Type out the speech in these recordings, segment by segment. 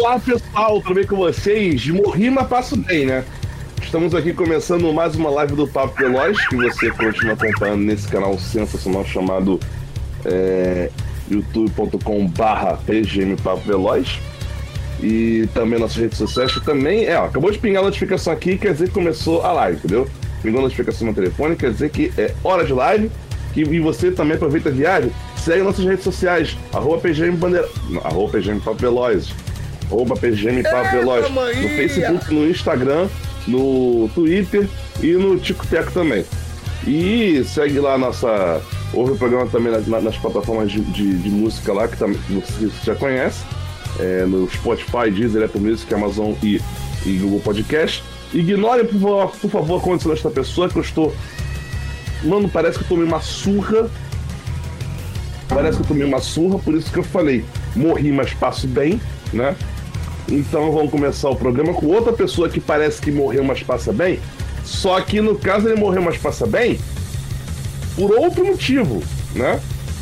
Olá pessoal, tudo bem com vocês? Morri, mas passo bem, né? Estamos aqui começando mais uma live do Papo Veloz, que você continua acompanhando nesse canal sensacional chamado youtube.com/PGM Papo Veloz. E também nossas redes sociais, que também, acabou de pingar a notificação aqui, quer dizer que começou a live, entendeu? Pingou a notificação no telefone, quer dizer que é hora de live. E você também aproveita a viagem, segue nossas redes sociais, @PGM Papo Veloz, @PGM Papo Veloz, no Facebook, no Instagram, no Twitter e no TikTok também. E segue lá ouve o programa também nas plataformas de música lá, que você já conhece, no Spotify, Deezer, Apple Music, Amazon e Google Podcast. Ignore, por favor, a condição desta pessoa, que eu estou... Mano, parece que eu tomei uma surra. Por isso que eu falei, morri, mas passo bem, né? Então vamos começar o programa com outra pessoa que parece que morreu, mas passa bem. Só que no caso ele morreu, mas passa bem por outro motivo, né?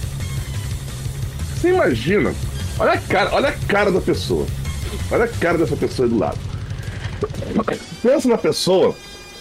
Você imagina, olha a cara da pessoa. Olha a cara dessa pessoa aí do lado. Pensa na pessoa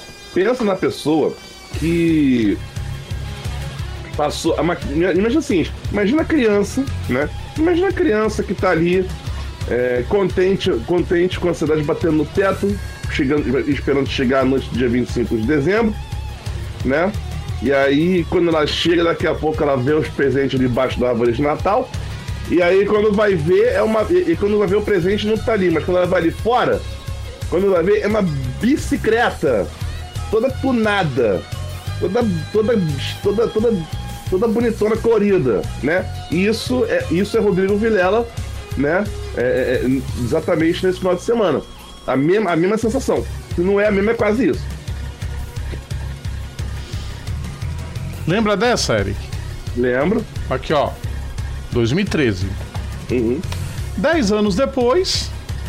que passou. Imagina assim, imagina a criança, né? Imagina a criança que tá ali, contente com a ansiedade batendo no teto, esperando chegar a noite do dia 25 de dezembro, né? E aí, quando ela chega, daqui a pouco ela vê os presentes debaixo da árvore de Natal. E aí, quando vai ver, o presente não tá ali, mas quando ela vai ali fora, quando vai ver, é uma bicicleta toda tunada, toda bonitona, colorida, né? Isso é Rodrigo Vilela, né? Exatamente nesse final de semana. A mesma sensação. Se não é a mesma, é quase isso. Lembra dessa, Eric? Lembro. Aqui, ó. 2013. 10 anos depois.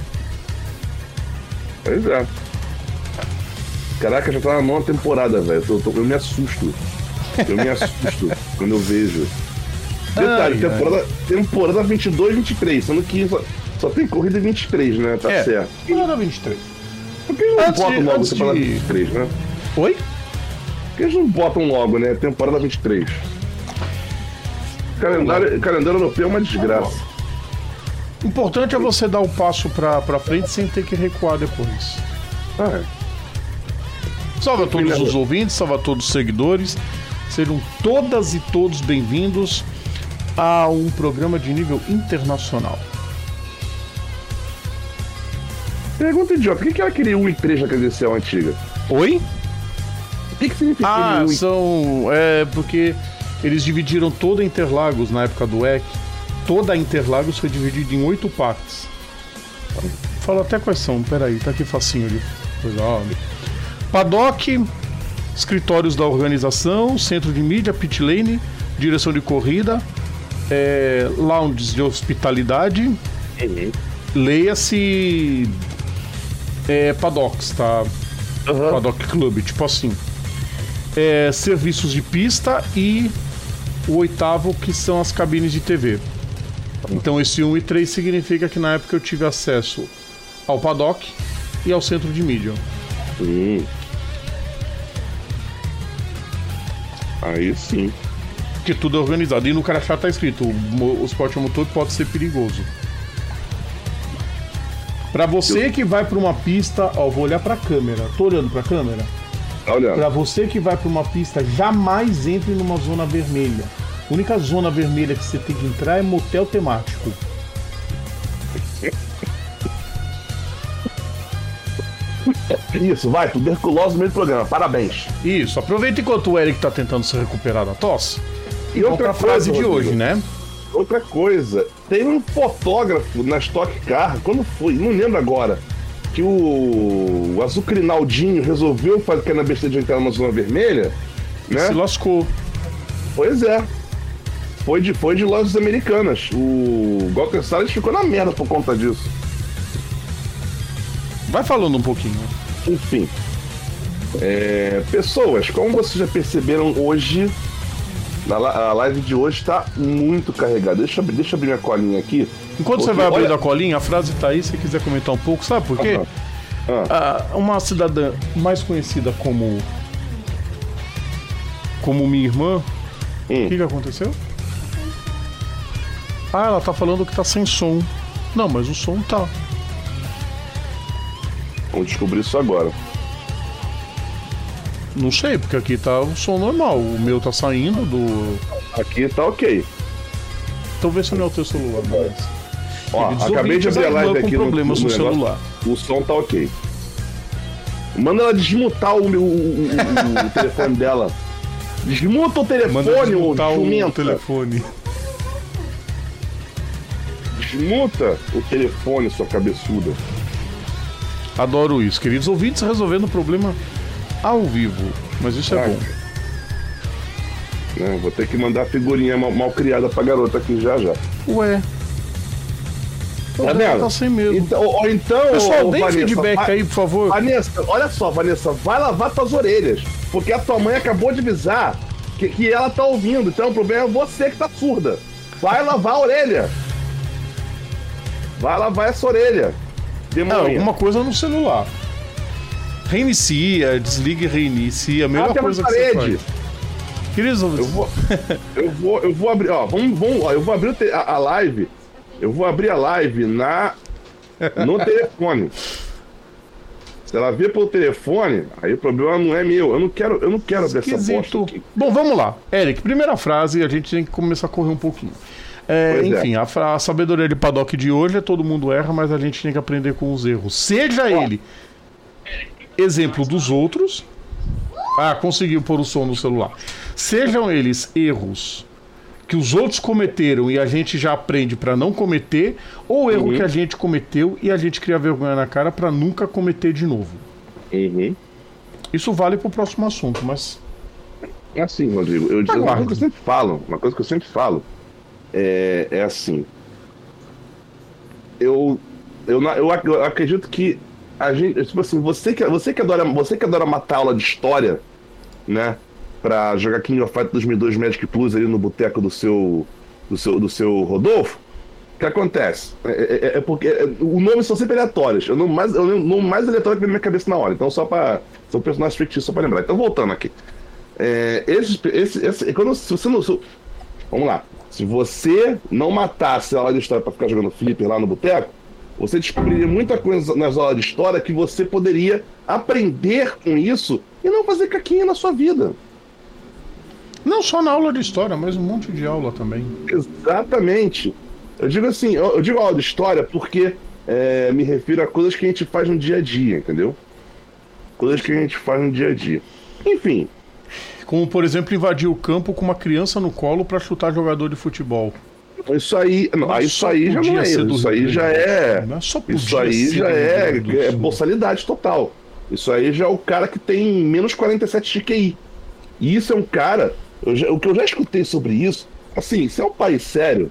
Pois é. Caraca, já tá na 9ª temporada, velho. Eu me assusto. Quando eu vejo. Detalhe, temporada 22, 23. Sendo que só tem corrida em 23, né? Tá certo. Temporada 23. Por que eles não botam logo temporada 23, né? Oi? Por que eles não botam logo, né? Temporada 23. Calendário europeu é uma desgraça. O importante é você dar o passo pra frente sem ter que recuar depois. Salve a todos os ouvintes, salve a todos os seguidores. Sejam todas e todos bem-vindos a um programa de nível internacional. Pergunta idiota, por que ela queria 1 e 3 na credencial antiga? Oi? O que significa 1 e... porque eles dividiram toda a Interlagos na época do EC. Toda a Interlagos foi dividida em 8 partes. Fala até quais são, peraí, tá aqui facinho ali. Paddock, escritórios da organização, centro de mídia, pit lane, direção de corrida, lounges de hospitalidade, leia-se paddocks, tá? Paddock Club, tipo assim. Serviços de pista e o 8º, que são as cabines de TV. Então esse 1 e 3 significa que na época eu tive acesso ao paddock e ao centro de mídia. Aí sim. Que tudo é organizado. E no crachá tá escrito: o esporte a motor pode ser perigoso. Pra você que vai pra uma pista, vou olhar pra câmera. Tô olhando pra câmera? Tá olhando. Pra você que vai pra uma pista, jamais entre numa zona vermelha. A única zona vermelha que você tem que entrar é motel temático. Isso, vai, tuberculose no meio do programa, parabéns. Isso, aproveita enquanto o Eric tá tentando se recuperar da tosse. E outra frase de Rodrigo, hoje, né? Outra coisa, tem um fotógrafo na Stock Car, quando foi, não lembro agora, que o Azucrinaldinho resolveu fazer aquela besteira de entrar numa zona vermelha, né? Se lascou. Pois é. Foi de lojas americanas. O Walter Salles ficou na merda por conta disso. Vai falando um pouquinho. Enfim. Pessoas, como vocês já perceberam hoje, A live de hoje tá muito carregada. Deixa eu abrir minha colinha aqui. Enquanto você vai abrindo a colinha, a frase tá aí, se você quiser comentar um pouco, sabe por quê? Uma cidadã mais conhecida como minha irmã, o que aconteceu? Ela tá falando que tá sem som. Não, mas o som tá. Vamos descobrir isso agora. Não sei, porque aqui tá o som normal. O meu tá saindo do... Aqui tá ok. Então vê se não é o teu celular, mas... Ó, acabei de abrir a live aqui problemas no celular. O som tá ok. Manda ela desmutar o telefone dela. Desmuta o telefone, ô jumenta. Desmuta o telefone, sua cabeçuda. Adoro isso, queridos ouvintes, resolvendo o problema ao vivo. Mas isso é bom. Vou ter que mandar a figurinha mal criada pra garota aqui já. Ué. Tá vendo? Tá sem mesmo. Então, pessoal, dê Vanessa, feedback aí, por favor. Vanessa, olha só, Vanessa, vai lavar tuas orelhas. Porque a tua mãe acabou de avisar que ela tá ouvindo. Então o problema é você que tá surda. Vai lavar a orelha. Vai lavar essa orelha. Alguma coisa no celular. Reinicia, desliga e reinicia. A melhor coisa que você faz. Queridos, eu vou abrir, ó, eu vou abrir a live. Eu vou abrir a live no telefone. Se ela vir pelo telefone, aí o problema não é meu. Eu não quero abrir essa bosta aqui. Bom, vamos lá. Eric, primeira frase, a gente tem que começar a correr um pouquinho. Enfim, a sabedoria de Paddock de hoje é todo mundo erra, mas a gente tem que aprender com os erros. Seja ele exemplo dos outros. Conseguiu pôr o som no celular. Sejam eles erros que os outros cometeram e a gente já aprende para não cometer, ou erro que a gente cometeu e a gente cria vergonha na cara para nunca cometer de novo. Isso vale pro próximo assunto, mas... É assim, Rodrigo, uma coisa que eu sempre falo é assim, eu acredito que a gente, tipo assim, você que adora matar aula de história, né, pra jogar King of Fighters 2002 Magic Plus ali no boteco do seu Rodolfo, o que acontece? É porque os nomes são sempre aleatórios. O nome mais aleatório que vem na minha cabeça na hora. Então, são personagens fictícios, só pra lembrar. Então, voltando aqui. Vamos lá. Se você não matasse a aula de história pra ficar jogando flipper lá no boteco, você descobriria muita coisa nas aulas de história que você poderia aprender com isso e não fazer caquinha na sua vida. Não só na aula de história, mas um monte de aula também. Exatamente. Eu digo assim, eu digo aula de história porque me refiro a coisas que a gente faz no dia a dia, entendeu? Coisas que a gente faz no dia a dia. Enfim. Como, por exemplo, invadir o campo com uma criança no colo pra chutar jogador de futebol. Isso aí, isso aí já não é isso. Isso aí já é. Isso aí já é boçalidade total. Isso aí já é o cara que tem menos 47 de QI. E isso é um cara. O que eu já escutei sobre isso, assim, se é um país sério,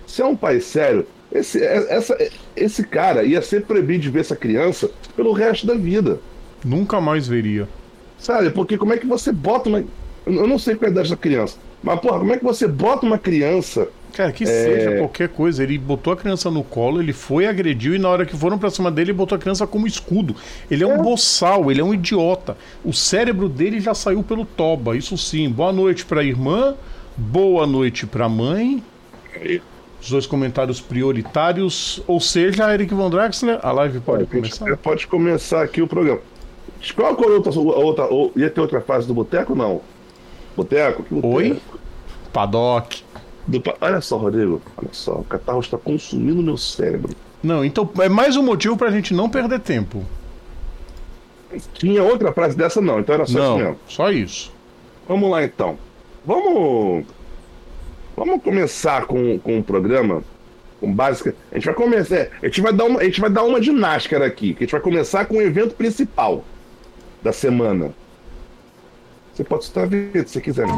esse cara ia ser proibido de ver essa criança pelo resto da vida. Nunca mais veria. Sabe, porque como é que você bota uma... Eu não sei qual é a idade da criança, mas, porra, como é que você bota uma criança... Cara, que seja qualquer coisa, ele botou a criança no colo, ele foi, agrediu, e na hora que foram pra cima dele, ele botou a criança como escudo. Ele é um boçal, ele é um idiota. O cérebro dele já saiu pelo toba, isso sim. Boa noite pra irmã, boa noite pra mãe. Os dois comentários prioritários, ou seja, Eric Von Draxler, a live pode começar? Pode começar aqui o programa. Qual a outra? Ia ter outra fase do boteco ou não? Boteco? Oi? Paddock. Olha só, Rodrigo, olha só, o catarro está consumindo meu cérebro. Não, então é mais um motivo pra gente não perder tempo. Tinha outra frase dessa não, então era só isso mesmo. Só isso. Vamos lá então. Vamos começar com o programa com básica. A gente vai começar, a gente vai dar uma de NASCAR aqui, que a gente vai começar com o evento principal da semana. Você pode citar a vinheta se você quiser.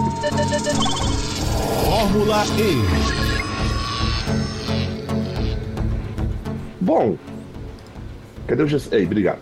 Fórmula E. Bom, cadê o Ei, obrigado.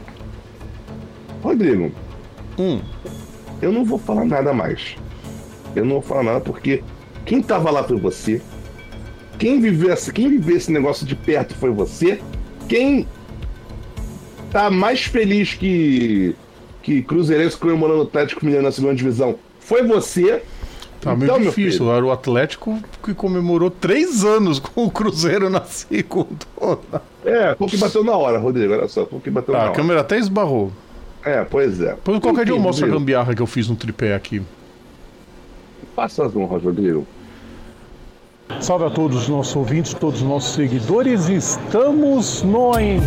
Rodrigo, eu não vou falar nada mais. Eu não vou falar nada porque quem tava lá foi você. Quem viveu esse negócio de perto foi você. Quem tá mais feliz que Cruzeirense comemorando o Atlético Mineiro na segunda divisão foi você. Tá meio difícil, era o Atlético que comemorou 3 anos com o Cruzeiro na segunda. Foi o que bateu na hora, Rodrigo, olha só, foi o que bateu na hora. A câmera até esbarrou. Pois é. Depois qualquer dia eu mostro a gambiarra que eu fiz no tripé aqui. Passa as honras, Rodrigo. Salve a todos os nossos ouvintes, todos os nossos seguidores. Estamos no AMB.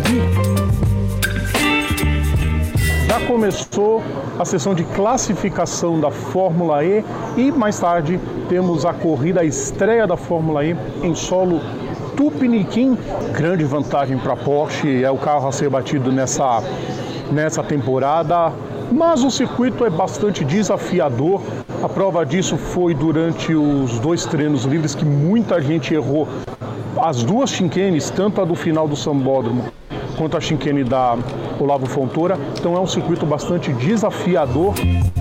Já começou a sessão de classificação da Fórmula E e mais tarde temos a corrida, a estreia da Fórmula E em solo Tupiniquim. Grande vantagem para a Porsche, é o carro a ser batido nessa temporada, mas o circuito é bastante desafiador. A prova disso foi durante os 2 treinos livres que muita gente errou as 2 chinquenes, tanto a do final do Sambódromo quanto a chicane da Olavo Fontoura. Então é um circuito bastante desafiador.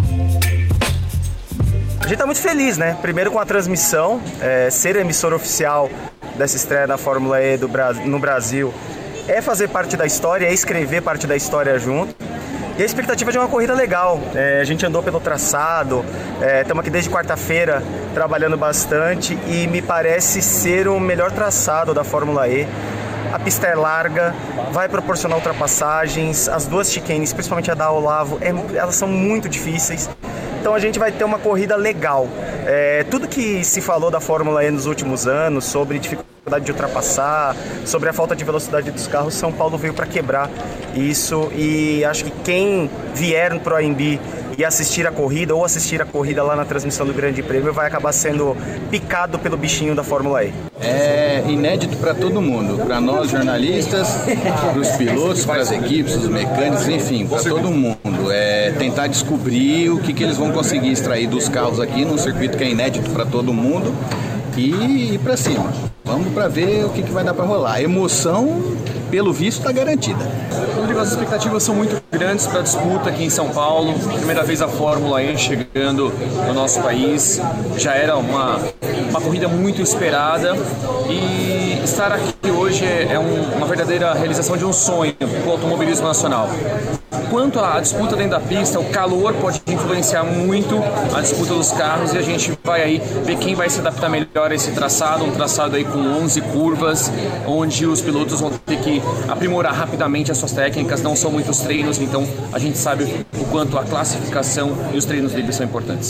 A gente está muito feliz, né? Primeiro com a transmissão, ser emissora oficial dessa estreia da Fórmula E no Brasil é fazer parte da história, é escrever parte da história junto. E a expectativa de uma corrida legal. A gente andou pelo traçado, estamos aqui desde quarta-feira trabalhando bastante e me parece ser o melhor traçado da Fórmula E. A pista é larga, vai proporcionar ultrapassagens, as 2 chicanes, principalmente a da Olavo, elas são muito difíceis. Então a gente vai ter uma corrida legal. Tudo que se falou da Fórmula E nos últimos anos, sobre dificuldade de ultrapassar, sobre a falta de velocidade dos carros, São Paulo veio para quebrar isso. E acho que quem vier para o AMB e assistir a corrida ou assistir a corrida lá na transmissão do Grande Prêmio vai acabar sendo picado pelo bichinho da Fórmula E. É inédito para todo mundo, para nós jornalistas, para os pilotos, para as equipes, os mecânicos, enfim, para todo mundo. É tentar descobrir o que eles vão conseguir extrair dos carros aqui num circuito que é inédito para todo mundo e ir para cima. Vamos para ver o que vai dar para rolar. A emoção, pelo visto, está garantida. Rodrigo, as expectativas são muito grandes para a disputa aqui em São Paulo. Primeira vez a Fórmula E chegando no nosso país. Já era uma corrida muito esperada e estar aqui hoje é uma verdadeira realização de um sonho para o automobilismo nacional. Quanto à disputa dentro da pista, o calor pode influenciar muito a disputa dos carros e a gente vai aí ver quem vai se adaptar melhor a esse traçado, um traçado aí com 11 curvas, onde os pilotos vão ter que aprimorar rapidamente as suas técnicas, não são muitos treinos, então a gente sabe o quanto a classificação e os treinos livres são importantes.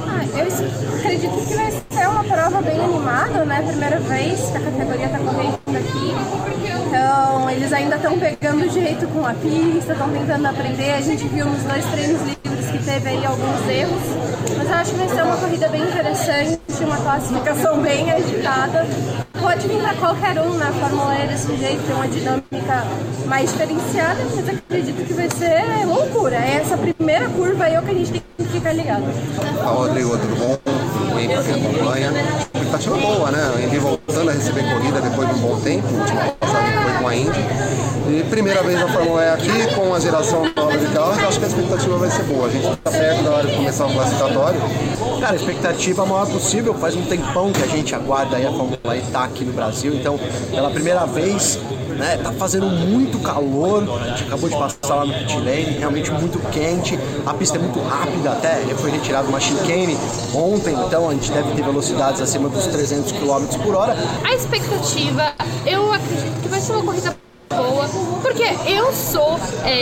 Eu acredito que vai ser uma prova bem animada, né? Primeira vez que a categoria está correndo aqui. Então, eles ainda estão pegando o jeito com a pista, estão tentando aprender. A gente viu nos 2 treinos livres que teve aí alguns erros. Mas eu acho que vai ser uma corrida bem interessante, uma classificação bem agitada. Pode vir qualquer um na Fórmula E desse jeito, ter uma dinâmica mais diferenciada, mas acredito que vai ser loucura. Essa primeira curva aí é o que a gente tem que ficar ligado. Rodrigo, tudo bom? Tudo bem para quem acompanha. Expectativa boa, né? A Indy voltando a receber corrida depois de um bom tempo, a última passagem foi com a Indy. E primeira vez na Fórmula E aqui, com a geração nova de carros, acho que a expectativa vai ser boa. A gente está perto da hora de começar o classificatório. Cara, a expectativa é a maior possível. Faz um tempão que a gente aguarda aí a Fórmula E tá aqui no Brasil. Então, pela primeira vez, né, tá fazendo muito calor. A gente acabou de passar lá no pit lane, realmente muito quente. A pista é muito rápida, até foi retirada uma chicane ontem, então a gente deve ter velocidades acima dos 300 km por hora. A expectativa, eu acredito que vai ser uma corrida boa, porque eu sou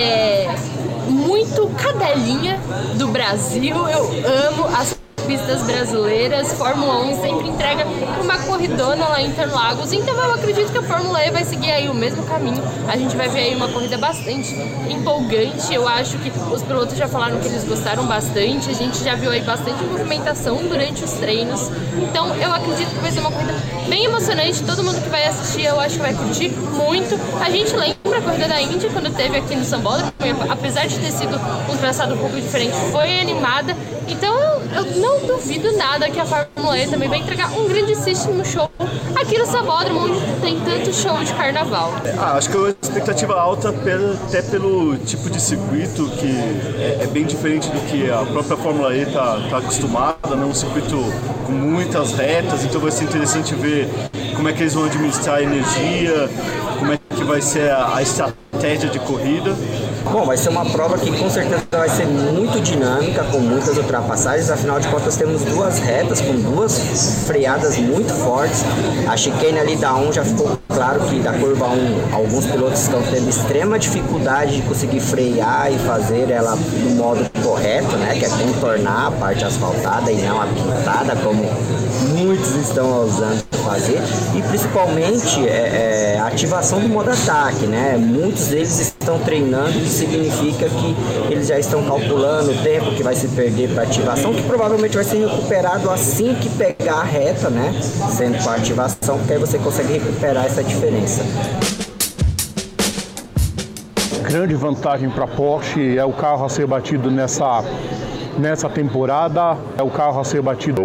muito cadelinha do Brasil, eu amo as pistas brasileiras, Fórmula 1 sempre entrega uma corridona lá em Interlagos, então eu acredito que a Fórmula E vai seguir aí o mesmo caminho, a gente vai ver aí uma corrida bastante empolgante, eu acho que os pilotos já falaram que eles gostaram bastante, a gente já viu aí bastante movimentação durante os treinos, então eu acredito que vai ser uma corrida bem emocionante, todo mundo que vai assistir eu acho que vai curtir muito, a gente lembra na corrida da Indy, quando teve aqui no Sambódromo, apesar de ter sido um traçado um pouco diferente, foi animada. Então eu não duvido nada que a Fórmula E também vai entregar um grandíssimo show aqui no Sambódromo, onde tem tanto show de carnaval. Acho que a expectativa alta até pelo tipo de circuito, que é bem diferente do que a própria Fórmula E tá acostumada, né? Um circuito com muitas retas, então vai ser interessante ver como é que eles vão administrar a energia, como é que vai ser a estratégia de corrida. Bom, vai ser uma prova que com certeza vai ser muito dinâmica, com muitas ultrapassagens, afinal de contas temos duas retas com duas freadas muito fortes. A chicane ali da 1 já ficou claro que da curva 1 alguns pilotos estão tendo extrema dificuldade de conseguir frear e fazer ela do modo correto, né, que é contornar a parte asfaltada e não a pintada, como muitos estão ousando fazer, e principalmente a ativação do modo ataque, né? Muitos deles estão treinando, isso significa que eles já estão calculando o tempo que vai se perder para ativação, que provavelmente vai ser recuperado assim que pegar a reta, né? Sendo com a ativação, porque aí você consegue recuperar essa diferença. Grande vantagem para a Porsche, é o carro a ser batido nessa temporada, é o carro a ser batido.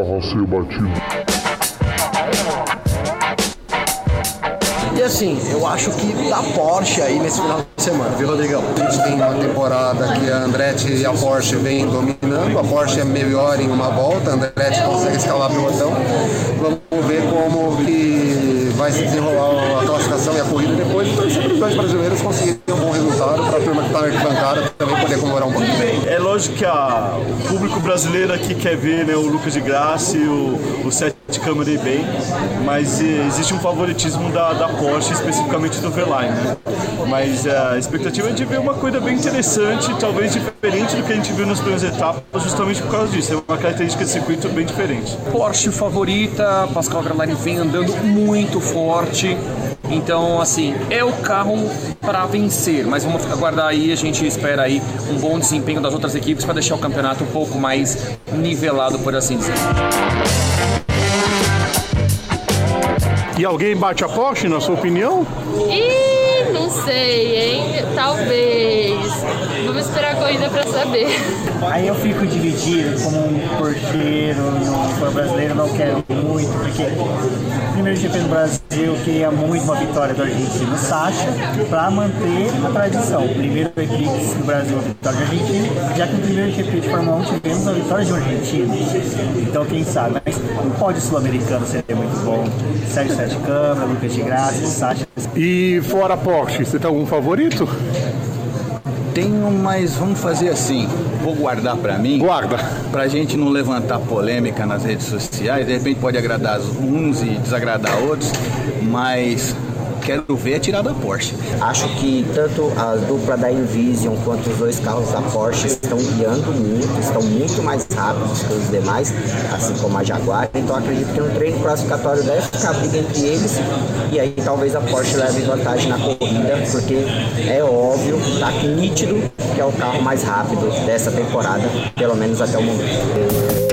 E assim, eu acho que da Porsche aí nesse final de semana, viu, Rodrigão? A gente tem uma temporada que a Andretti e a Porsche vêm dominando, a Porsche é melhor em uma volta, a Andretti consegue escalar pelotão. Vamos ver como que vai se desenrolar a classificação e a corrida depois, e torcer para os dois brasileiros conseguirem um bom resultado, para a turma que está na arquibancada também poder comemorar um pouco. É lógico que o público brasileiro aqui quer ver, né, o Lucas de Grassi, o Sete Câmara bem, mas existe um favoritismo da Porsche, especificamente do Verlaine, né? Mas a expectativa é de ver uma coisa bem interessante, talvez diferente do que a gente viu nas primeiras etapas, justamente por causa disso. É uma característica de circuito bem diferente. Porsche favorita, Pascal Wehrlein vem andando muito forte. Então, assim, é o carro para vencer, mas vamos aguardar aí, a gente espera aí um bom desempenho das outras equipes para deixar o campeonato um pouco mais nivelado, por assim dizer. E alguém bate a Porsche, na sua opinião? Não sei, hein? Talvez. Vamos esperar a corrida pra saber. Aí eu fico dividido como um porcheiro, um brasileiro, não quero muito, porque o primeiro GP do Brasil queria muito uma vitória do argentino Sacha para manter a tradição. O primeiro Eclipse do Brasil, a vitória do argentino, já que no primeiro GP de Fórmula 1 tivemos a vitória de um argentino. Então quem sabe, mas um pódio sul-americano seria muito bom. Sérgio Sete Câmara, Lucas de Grassi, Sacha. E fora a Porsche, você tem algum favorito? Tenho, mas vamos fazer assim, vou guardar pra mim. Guarda. Pra gente não levantar polêmica nas redes sociais, de repente pode agradar uns e desagradar outros, mas quero ver a tirada da Porsche. Acho que tanto a dupla da Envision quanto os dois carros da Porsche estão guiando muito, estão muito mais rápidos que os demais, assim como a Jaguar. Então acredito que no treino classificatório deve ficar briga entre eles e aí talvez a Porsche leve vantagem na corrida, porque é óbvio, tá nítido que é o carro mais rápido dessa temporada, pelo menos até o momento.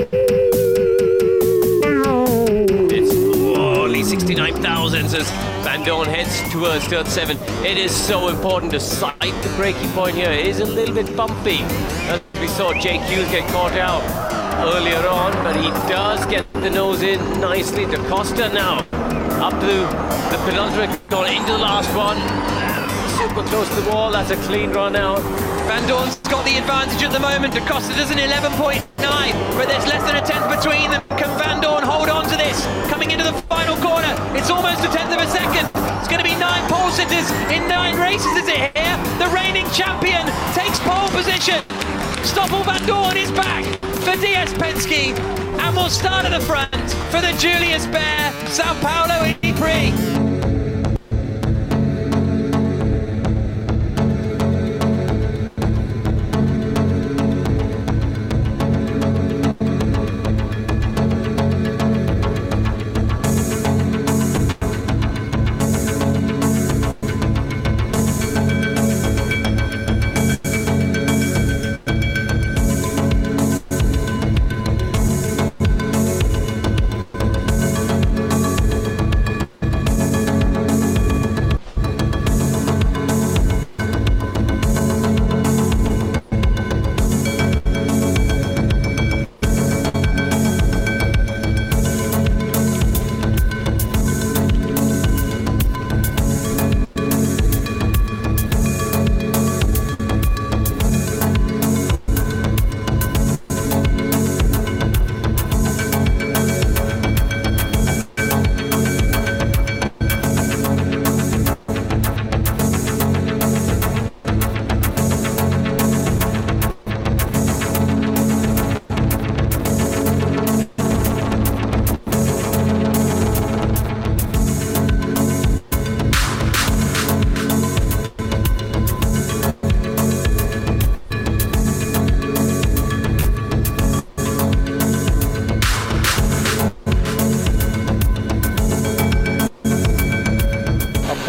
69,000 as Van Dorn heads towards turn 7. It is so important to sight. The braking point here is a little bit bumpy. As we saw Jake Hughes get caught out earlier on, but he does get the nose in nicely. Da Costa now up to the penultimate, gone into the last one. Super close to the wall, that's a clean run out. Van Dorn's got the advantage at the moment. Da Costa does an 11.9, but there's less than a tenth between them. Can Van Dorn hold on to this? Coming into the final corner, it's almost a tenth of a second. It's going to be 9 pole sitters in 9 races, is it here? The reigning champion takes pole position. Stoffel Van Dorn is back for DS Penske and will start at the front for the Julius Baer Sao Paulo E-Prix.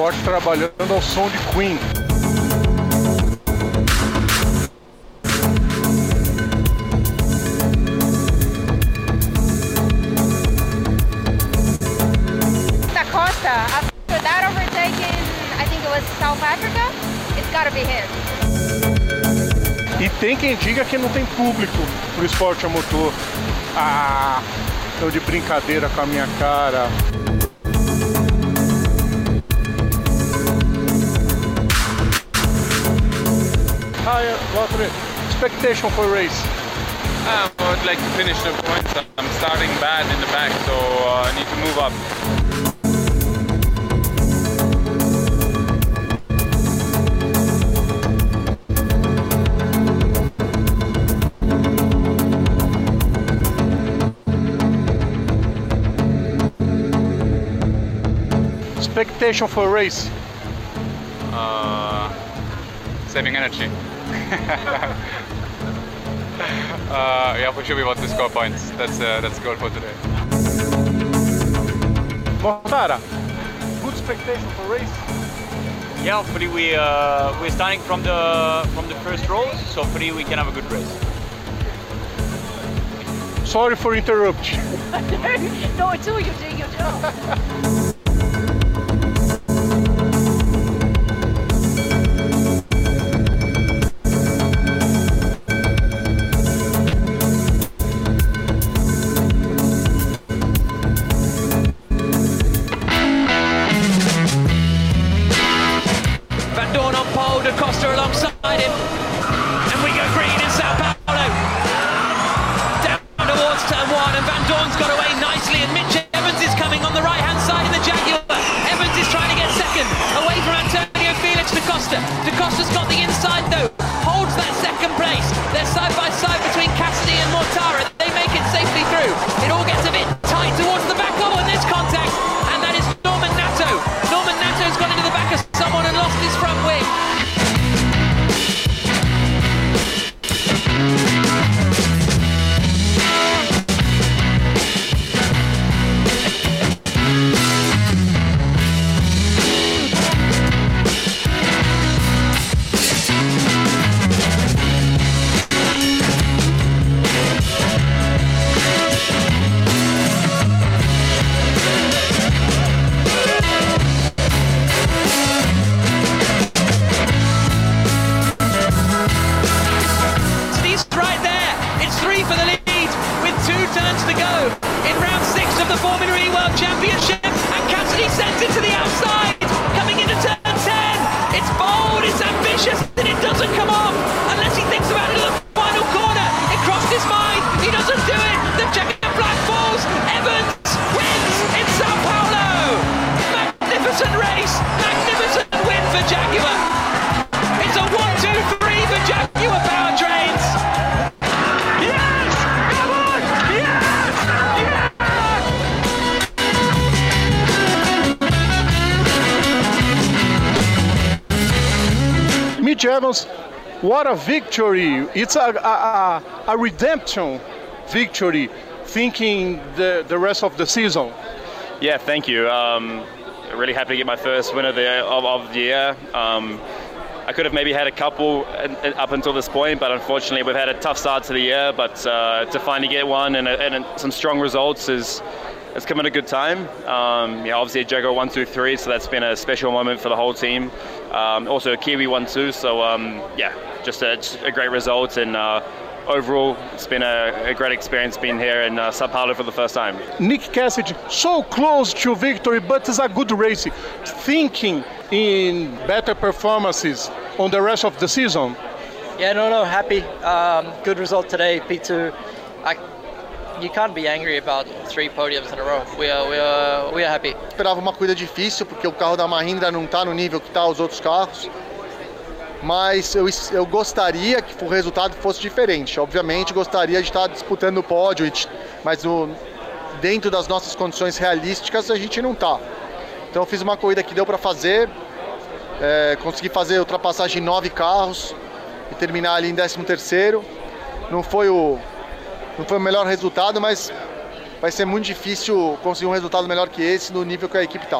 Porsche trabalhando ao som de Queen. Da Costa, after that overtaking, I think it was South Africa, it's gotta be him. E tem quem diga que não tem público pro esporte a motor. Ah, tô de brincadeira com a minha cara. Hi, Walter. Expectation for race? I would like to finish the points. I'm starting bad in the back, so I need to move up. Expectation for race? Saving energy. Yeah, for sure we want to score points. That's the goal for today. Mortara, good expectation for race? Yeah, hopefully we're starting from the first row, so hopefully we can have a good race. Sorry for interrupting. No, it's all you're doing your job. Costa alongside him, and we go green in Sao Paulo. Down towards turn one, and Van Dorn's got away nicely, and Mitch Evans is coming on the right-hand side in the Jaguar. Evans is trying to get second, away from Antonio Felix da Costa. Da Costa's got the inside though, holds that second place. They're side by side between Cassidy and Mortara. They make it safely through. It all gets a bit tight towards the back wall, and there's contact, and that is Norman Nato. Norman Nato's gone into the back of someone and lost his front wing. Evans, what a victory! It's a redemption victory, thinking the rest of the season. Yeah, thank you. Really happy to get my first win of the year. I could have maybe had a couple up until this point, but unfortunately we've had a tough start to the year. But to finally get one and some strong results it's come at a good time. Obviously a Jaguar 1, 2, 3, so that's been a special moment for the whole team. Also a Kiwi 1, 2, so just a great result, and overall it's been a great experience being here in Sao Paulo for the first time. Nick Cassidy, so close to victory, but it's a good race. Thinking in better performances on the rest of the season? Yeah, no, happy. Good result today, P2. You can't be angry about 3 podiums in a row. We are happy. Esperava uma corrida difícil porque o carro da Mahindra não está no nível que está os outros carros. Mas eu gostaria que o resultado fosse diferente. Obviamente gostaria de estar disputando o pódio, mas dentro das nossas condições realísticas a gente não está. Então eu fiz uma corrida que deu para fazer, consegui fazer ultrapassagem em 9 carros e terminar ali em 13º. Não foi o melhor resultado, mas vai ser muito difícil conseguir um resultado melhor que esse no nível que a equipe está.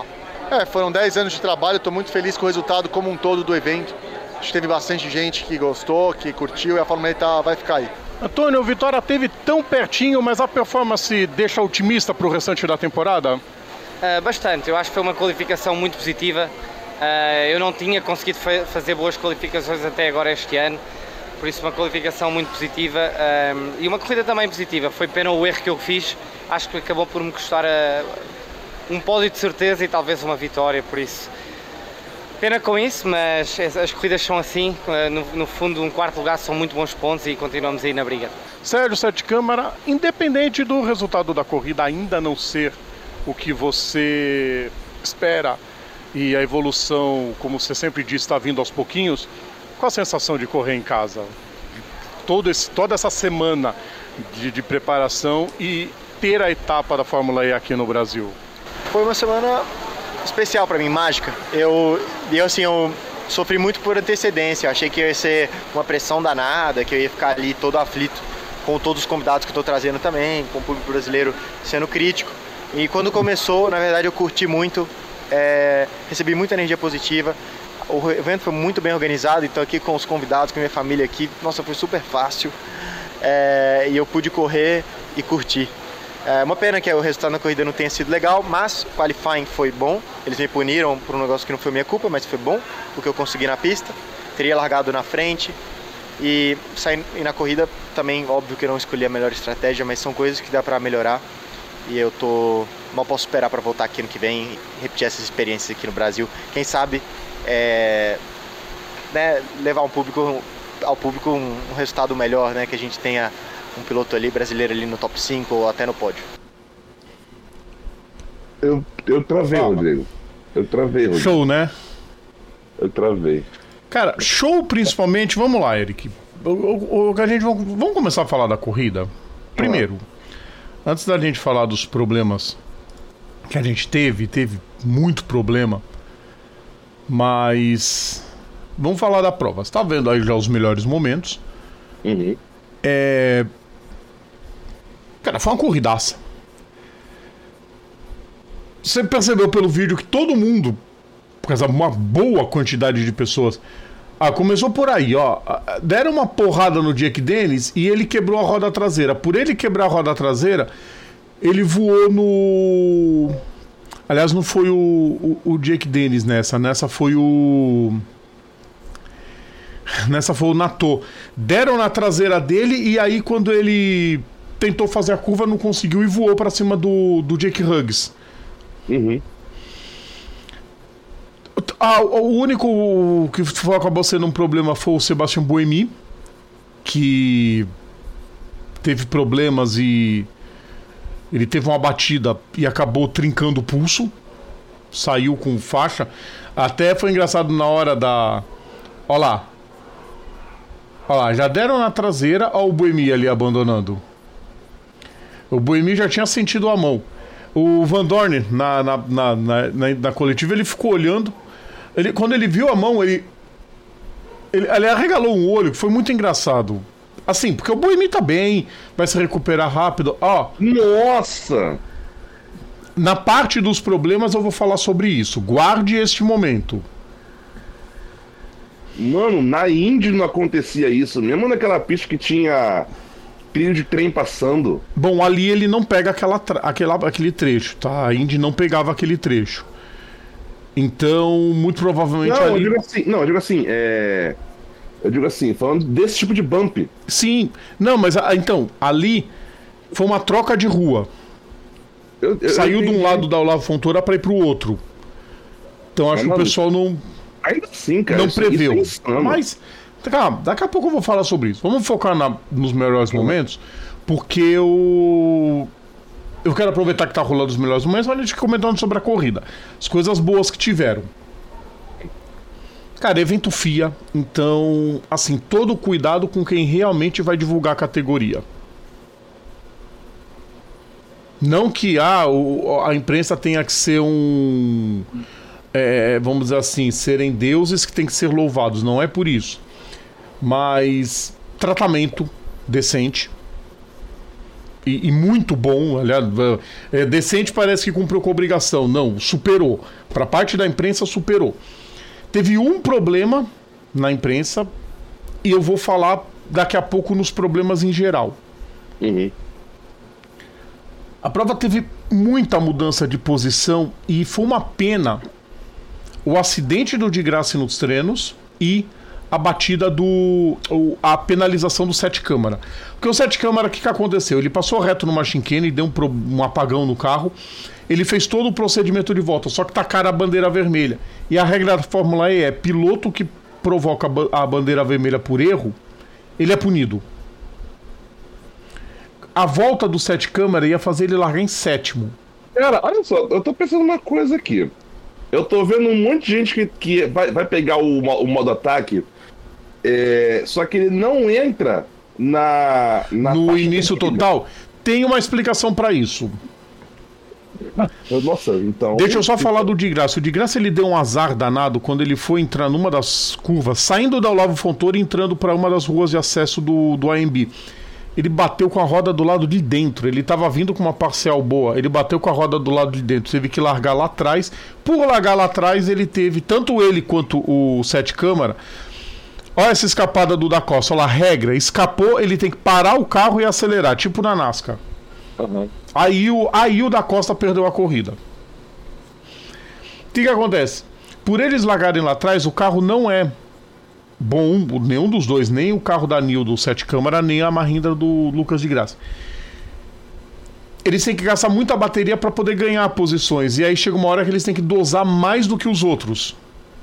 Foram 10 anos de trabalho, estou muito feliz com o resultado como um todo do evento. Acho que teve bastante gente que gostou, que curtiu, e a Fórmula E vai ficar aí. Antônio, o Vitória teve tão pertinho, mas a performance deixa otimista para o restante da temporada? Bastante, eu acho que foi uma qualificação muito positiva. Eu não tinha conseguido fazer boas qualificações até agora este ano, por isso uma qualificação muito positiva e uma corrida também positiva. Foi pena o erro que eu fiz, acho que acabou por me custar um pódio de certeza e talvez uma vitória, por isso pena com isso, mas as corridas são assim, no fundo um quarto lugar são muito bons pontos e continuamos aí na briga. Sérgio Sete Câmara, independente do resultado da corrida ainda não ser o que você espera e a evolução, como você sempre diz, está vindo aos pouquinhos, qual a sensação de correr em casa? Toda essa semana de preparação e ter a etapa da Fórmula E aqui no Brasil. Foi uma semana especial para mim, mágica. Eu sofri muito por antecedência, achei que ia ser uma pressão danada, que eu ia ficar ali todo aflito com todos os convidados que eu estou trazendo também, com o público brasileiro sendo crítico. E quando começou, na verdade, eu curti muito, recebi muita energia positiva. O evento foi muito bem organizado, então aqui com os convidados, com a minha família aqui, nossa, foi super fácil. E eu pude correr e curtir. Uma pena que o resultado da corrida não tenha sido legal, mas o qualifying foi bom. Eles me puniram por um negócio que não foi minha culpa, mas foi bom, porque eu consegui na pista. Teria largado na frente. E na corrida também, óbvio que eu não escolhi a melhor estratégia, mas são coisas que dá para melhorar. E eu mal posso esperar para voltar aqui ano que vem e repetir essas experiências aqui no Brasil. Quem sabe levar ao público um resultado melhor, né? Que a gente tenha um piloto ali brasileiro ali no top 5 ou até no pódio. Eu travei, Rodrigo. Show, né? Eu travei. Cara, show principalmente, vamos lá, Eric. Vamos começar a falar da corrida? Primeiro, antes da gente falar dos problemas que a gente teve muito problema, mas vamos falar da prova. Você tá vendo aí já os melhores momentos. Uhum. Cara, foi uma corridaça. Você percebeu pelo vídeo que todo mundo, por causa de uma boa quantidade de pessoas, começou por aí, ó. Deram uma porrada no Jake Dennis e ele quebrou a roda traseira. Por ele quebrar a roda traseira, ele voou no... Aliás, não foi o Jake Dennis nessa foi o... Nessa foi o Nato. Deram na traseira dele e aí quando ele tentou fazer a curva não conseguiu e voou pra cima do Jake Hughes. Uhum. O único que acabou sendo um problema foi o Sebastian Buemi, que teve problemas e ele teve uma batida e acabou trincando o pulso, saiu com faixa. Até foi engraçado na hora da... Olha lá, já deram na traseira. Olha o Buemi ali abandonando. O Buemi já tinha sentido a mão. O Van Dorn na coletiva, ele ficou olhando. Quando ele viu a mão, ele arregalou um olho, que foi muito engraçado. Assim, porque o Buemi tá bem, vai se recuperar rápido. Nossa! Na parte dos problemas eu vou falar sobre isso. Guarde este momento. Mano, na Indy não acontecia isso. Mesmo naquela pista que tinha trilho de trem passando. Bom, ali ele não pega aquele trecho, tá? A Indy não pegava aquele trecho. Então, muito provavelmente eu digo assim, falando desse tipo de bump. Sim, não, mas então, ali foi uma troca de rua. Saiu de um lado da Olavo Fontoura para ir pro outro. Então acho que o pessoal não... Ainda assim, cara, não preveu. Mas, calma, daqui a pouco eu vou falar sobre isso. Vamos focar nos melhores momentos, porque eu quero aproveitar que tá rolando os melhores momentos, mas a gente comentando sobre a corrida. As coisas boas que tiveram. Cara, evento FIA, então, assim, todo cuidado com quem realmente vai divulgar a categoria. Não que a imprensa tenha que ser vamos dizer assim, serem deuses que têm que ser louvados, não é por isso. Mas tratamento decente. e muito bom, aliás, decente parece que cumpriu com obrigação. Não, superou. Para parte da imprensa, superou. Teve um problema na imprensa e eu vou falar daqui a pouco nos problemas em geral. A prova teve muita mudança de posição e foi uma pena o acidente do Di Grassi nos treinos e a batida a penalização do Sete Câmara. Porque o Sete Câmara, o que aconteceu? Ele passou reto no chicane e deu um apagão no carro. Ele fez todo o procedimento de volta, só que tacaram a bandeira vermelha. E a regra da Fórmula E é: piloto que provoca a bandeira vermelha por erro, ele é punido. A volta do Sete Câmara ia fazer ele largar em sétimo. Cara, olha só, eu tô pensando uma coisa aqui. Eu tô vendo um monte de gente que vai pegar o modo ataque, só que ele não entra no início total. Tem uma explicação pra isso. Nossa, então... Deixa eu só falar do Di Grassi. O Di Grassi, ele deu um azar danado quando ele foi entrar numa das curvas, saindo da Olavo Fontoura e entrando para uma das ruas de acesso do AMB. Ele bateu com a roda do lado de dentro. Ele estava vindo com uma parcial boa. Ele bateu com a roda do lado de dentro. Teve que largar lá atrás. Por largar lá atrás, ele teve, tanto ele quanto o Sete Câmara. Olha essa escapada do Da Costa. Olha a regra. Escapou, ele tem que parar o carro e acelerar, tipo na NASCAR. Aí o Da Costa perdeu a corrida. O que acontece? Por eles largarem lá atrás, o carro não é bom, nenhum dos dois, nem o carro da Nil do Sete Câmara, nem a Mahindra do Lucas Di Grassi. Eles têm que gastar muita bateria para poder ganhar posições, e aí chega uma hora que eles têm que dosar mais do que os outros.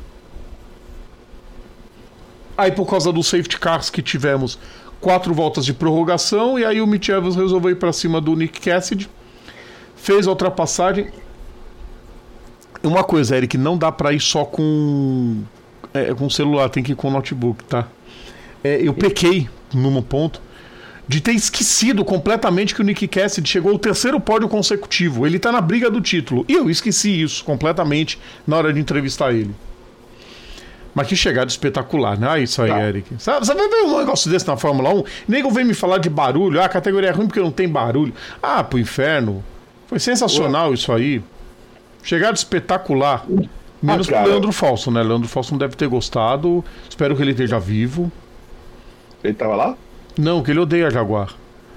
Aí, por causa dos safety cars que tivemos, 4 voltas de prorrogação, e aí o Mitch Evans resolveu ir para cima do Nick Cassidy, fez a ultrapassagem. Uma coisa, Eric, não dá para ir só com celular, tem que ir com notebook, tá? Eu pequei num ponto de ter esquecido completamente que o Nick Cassidy chegou ao 3º pódio consecutivo. Ele tá na briga do título. E eu esqueci isso completamente na hora de entrevistar ele. Mas que chegada espetacular, né? Isso aí, Eric. Você vai ver um negócio desse na Fórmula 1? Nego vem me falar de barulho. A categoria é ruim porque não tem barulho. Ah, pro inferno. Foi sensacional isso aí. Chegada espetacular. Menos pro Leandro Falso, né? Leandro Falso não deve ter gostado. Espero que ele esteja vivo. Ele tava lá? Não, que ele odeia Jaguar.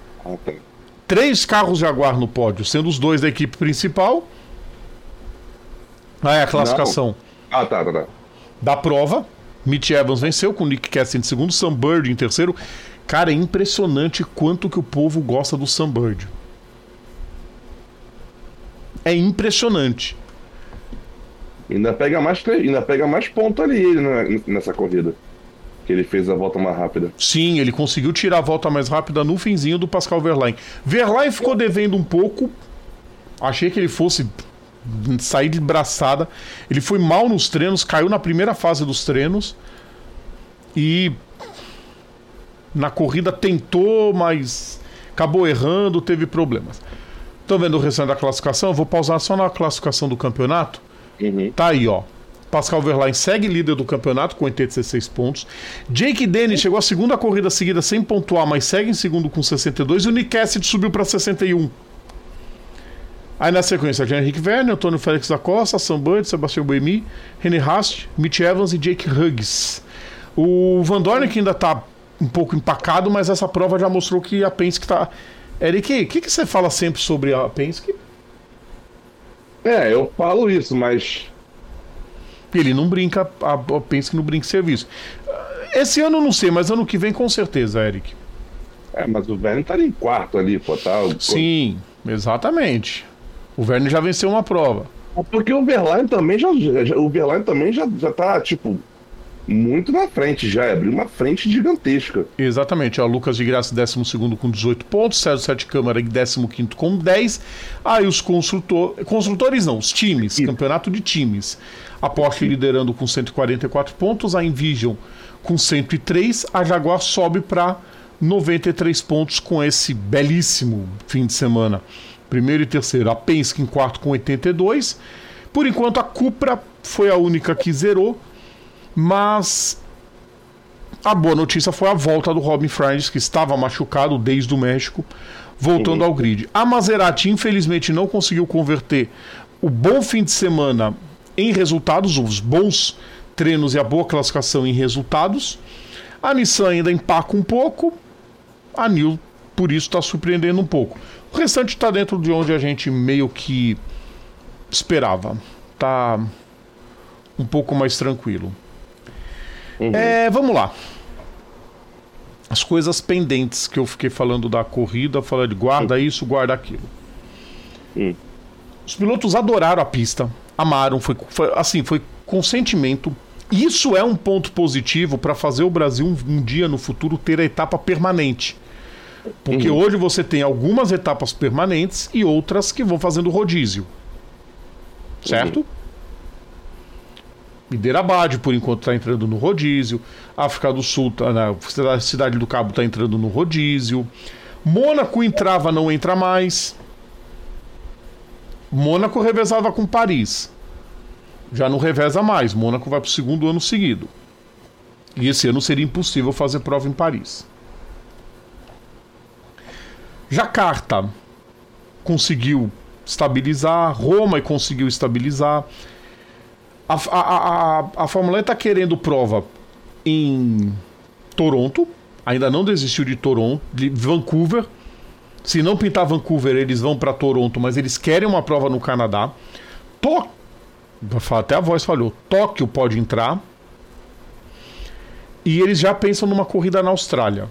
3 carros Jaguar no pódio, sendo os 2 da equipe principal. Ah, é a classificação. Não. Tá. Da prova, Mitch Evans venceu com o Nick Cassidy em segundo, Sam Bird em terceiro. Cara, é impressionante quanto que o povo gosta do Sam Bird. É impressionante. Ainda pega mais ponto ali ele nessa corrida. Que ele fez a volta mais rápida. Sim, ele conseguiu tirar a volta mais rápida no finzinho do Pascal Wehrlein. Wehrlein ficou devendo um pouco. Achei que ele fosse sair de braçada. Ele foi mal nos treinos, caiu na primeira fase dos treinos. E na corrida tentou, mas acabou errando, teve problemas. Estão vendo o restante da classificação? Eu vou pausar só na classificação do campeonato. Tá aí, ó. Pascal Wehrlein segue líder do campeonato com 86 pontos. Jake Dennis chegou à segunda corrida seguida sem pontuar, mas segue em segundo com 62. E o Nick Cassidy subiu para 61. Aí na sequência, Jean-Henrique Verne, Antônio Félix da Costa, Sam Bird, Sebastião Buemi, René Rast, Mitch Evans e Jake Hughes. O Van Dorn que ainda tá um pouco empacado, mas essa prova já mostrou que a Penske tá... Eric, o que você fala sempre sobre a Penske? Eu falo isso, mas... Ele não brinca, a Penske não brinca em serviço. Esse ano eu não sei, mas ano que vem com certeza, Eric. Mas o Verne tá em quarto ali, pô, tá? Sim, exatamente. O Verne já venceu uma prova. Porque o Wehrlein também já tá, tipo, muito na frente, já abriu uma frente gigantesca. Exatamente, ó, Lucas Di Grassi 12º com 18 pontos, Sérgio Sete Câmara 15º com 10. Aí os construtores não, os times, campeonato de times. A Porsche liderando com 144 pontos, a Envision com 103, a Jaguar sobe para 93 pontos com esse belíssimo fim de semana. Primeiro e terceiro, a Penske em quarto com 82. Por enquanto a Cupra foi a única que zerou, mas a boa notícia foi a volta do Robin Fries, que estava machucado desde o México. voltando ao grid. A Maserati, infelizmente, não conseguiu converter o bom fim de semana em resultados, os bons treinos e a boa classificação em resultados. A Nissan ainda empaca um pouco, a Nil, por isso, está surpreendendo um pouco. O restante está dentro de onde a gente meio que esperava. Tá um pouco mais tranquilo. Vamos lá. As coisas pendentes que eu fiquei falando da corrida, falando de guarda isso, guarda aquilo. Os pilotos adoraram a pista, amaram, foi com sentimento. Isso é um ponto positivo para fazer o Brasil um dia no futuro ter a etapa permanente. Porque hoje você tem algumas etapas permanentes e outras que vão fazendo rodízio. Certo? Hyderabad, por enquanto, está entrando no rodízio. África do Sul, a Cidade do Cabo está entrando no rodízio. Mônaco entrava, não entra mais. Mônaco revezava com Paris. Já não reveza mais. Mônaco vai para o segundo ano seguido. E esse ano seria impossível fazer prova em Paris. Jacarta conseguiu estabilizar. Roma conseguiu estabilizar. A Fórmula E está querendo prova em Toronto. Ainda não desistiu de Toronto, de Vancouver. Se não pintar Vancouver, eles vão para Toronto, mas eles querem uma prova no Canadá. Até a voz falhou. Tóquio pode entrar. E eles já pensam numa corrida na Austrália.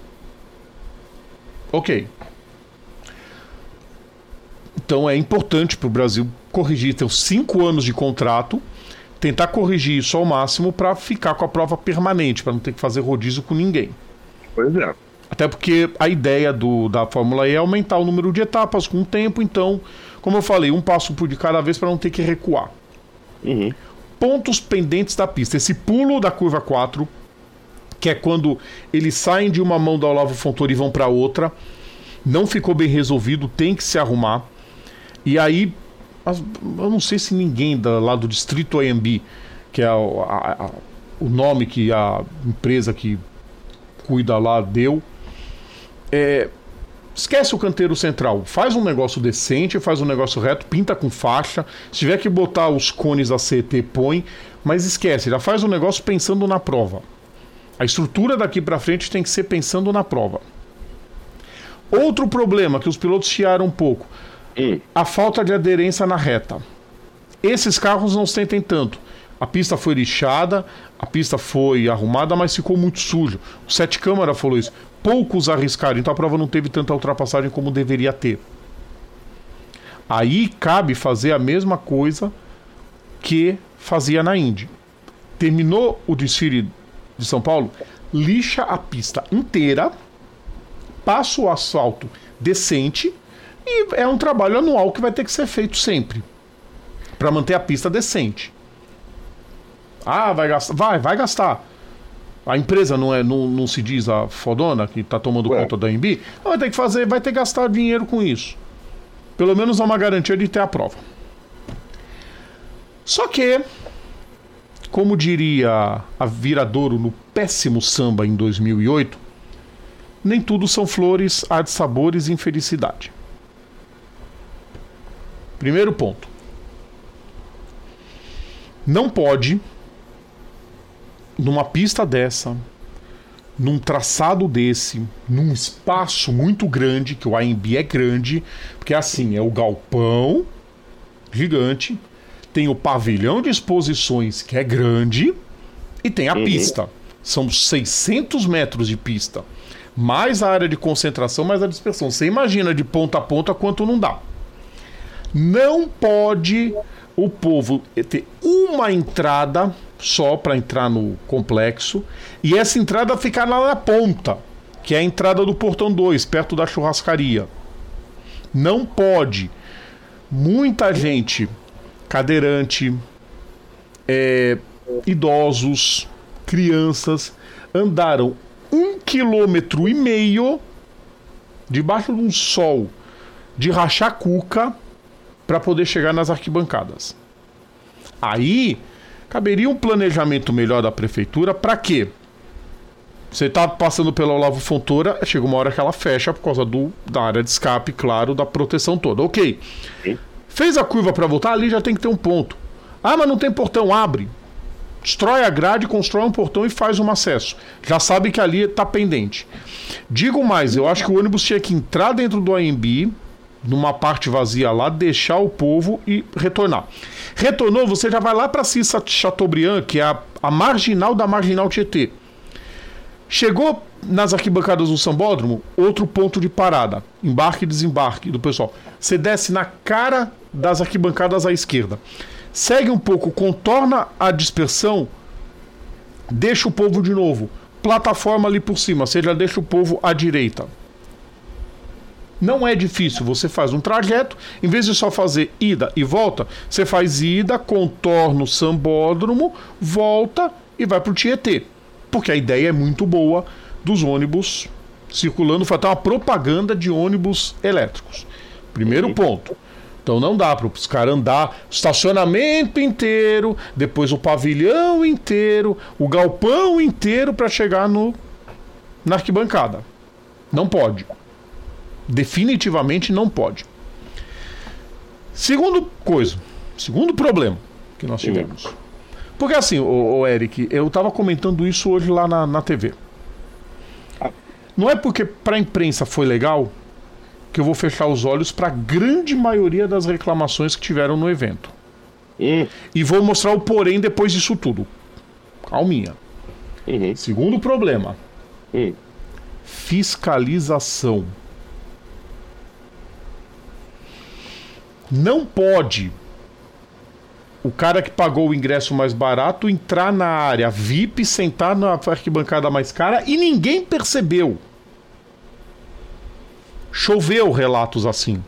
Ok. Então é importante para o Brasil corrigir. Tem 5 anos de contrato. Tentar corrigir isso ao máximo para ficar com a prova permanente, para não ter que fazer rodízio com ninguém. Pois é. Até porque a ideia da Fórmula E é aumentar o número de etapas com o tempo. Então, como eu falei, um passo de cada vez para não ter que recuar. Pontos pendentes da pista. Esse pulo da curva 4, que é quando eles saem de uma mão da Olavo Fontoura e vão para outra, não ficou bem resolvido, tem que se arrumar. E aí, eu não sei se ninguém lá do Distrito AMB, que é o nome que a empresa que cuida lá deu, esquece o canteiro central, faz um negócio decente, faz um negócio reto, pinta com faixa, se tiver que botar os cones a CT, põe, mas esquece, já faz um negócio pensando na prova. A estrutura daqui pra frente tem que ser pensando na prova. Outro problema que os pilotos chiaram um pouco, a falta de aderência na reta. Esses carros não sentem tanto. A pista foi lixada, a pista foi arrumada, mas ficou muito sujo. O Sete Câmara falou isso. Poucos arriscaram, então a prova não teve tanta ultrapassagem como deveria ter. Aí cabe fazer a mesma coisa que fazia na Indy. Terminou o desfile de São Paulo, lixa a pista inteira, passa o asfalto decente e é um trabalho anual que vai ter que ser feito sempre para manter a pista decente. Vai gastar? Vai gastar. A empresa não se diz a fodona que tá tomando conta da AMB, vai ter que fazer, vai ter que gastar dinheiro com isso. Pelo menos é uma garantia de ter a prova. Só que, como diria a Viradouro no péssimo samba em 2008, nem tudo são flores, há de sabores e infelicidade. Primeiro ponto. Não pode, numa pista dessa, num traçado desse, num espaço muito grande, que o AMB é grande, porque assim, é o galpão gigante, tem o pavilhão de exposições, que é grande, e tem a pista. São 600 metros de pista, mais a área de concentração, mais a dispersão. Você imagina de ponta a ponta quanto não dá. Não pode o povo ter uma entrada só para entrar no complexo e essa entrada ficar lá na ponta, que é a entrada do portão 2, perto da churrascaria. Não pode. Muita gente, cadeirante, idosos, crianças, andaram 1,5 km debaixo de um sol de rachar cuca para poder chegar nas arquibancadas. Aí caberia um planejamento melhor da prefeitura para quê? Você tá passando pela Olavo Fontoura, chega uma hora que ela fecha por causa da área de escape, claro, da proteção toda. Ok. Fez a curva para voltar, ali já tem que ter um ponto. Ah, mas não tem portão, abre. Destrói a grade, constrói um portão e faz um acesso. Já sabe que ali tá pendente. Digo mais, eu acho que o ônibus tinha que entrar dentro do AMB, numa parte vazia lá, deixar o povo e retornar. Retornou, você já vai lá para Cissa Chateaubriand, que é a marginal da Marginal Tietê. Chegou nas arquibancadas do Sambódromo, outro ponto de parada. Embarque e desembarque do pessoal. Você desce na cara das arquibancadas à esquerda. Segue um pouco, contorna a dispersão, deixa o povo de novo. Plataforma ali por cima, você já deixa o povo à direita. Não é difícil, você faz um trajeto, em vez de só fazer ida e volta, você faz ida, contorna o Sambódromo, volta e vai pro Tietê. Porque a ideia é muito boa dos ônibus circulando, foi até uma propaganda de ônibus elétricos. Primeiro ponto. Então não dá para os caras andar o estacionamento inteiro, depois o pavilhão inteiro, o galpão inteiro para chegar na arquibancada. Não pode. Definitivamente não pode. Segundo problema que nós tivemos. Porque assim, o Eric, eu tava comentando isso hoje lá na TV. Não é porque pra imprensa foi legal que eu vou fechar os olhos para a grande maioria das reclamações que tiveram no evento. E vou mostrar o porém depois disso tudo. Calminha. Segundo problema. Fiscalização. Não pode o cara que pagou o ingresso mais barato entrar na área VIP, sentar na arquibancada mais cara e ninguém percebeu. Choveu relatos assim.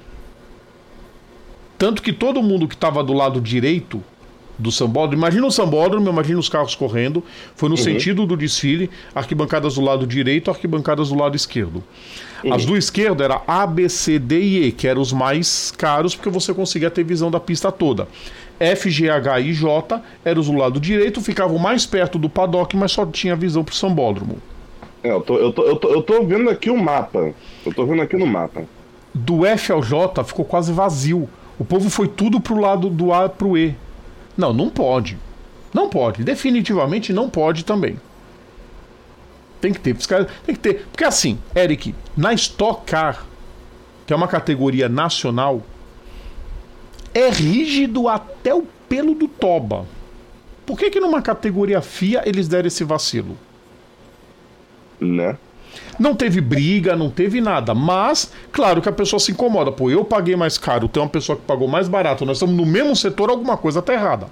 Tanto que todo mundo que estava do lado direito do Sambódromo, imagina o Sambódromo, imagina os carros correndo, foi no sentido do desfile, arquibancadas do lado direito, arquibancadas do lado esquerdo. As do esquerdo era A, B, C, D e E, que eram os mais caros, porque você conseguia ter visão da pista toda. F, G, H e J eram os do lado direito, ficavam mais perto do paddock, mas só tinha visão pro Sambódromo. Eu tô vendo aqui o mapa. Eu tô vendo aqui no mapa. Do F ao J ficou quase vazio. O povo foi tudo pro lado do A pro E. Não pode. Não pode. Definitivamente não pode também. Tem que ter. Tem que ter. Porque assim, Eric, na Stock Car, que é uma categoria nacional, é rígido até o pelo do toba. Por que numa categoria FIA eles deram esse vacilo? Né? Não teve briga, não teve nada. Mas, claro que a pessoa se incomoda. Pô, eu paguei mais caro, tem uma pessoa que pagou mais barato, nós estamos no mesmo setor, alguma coisa tá errada.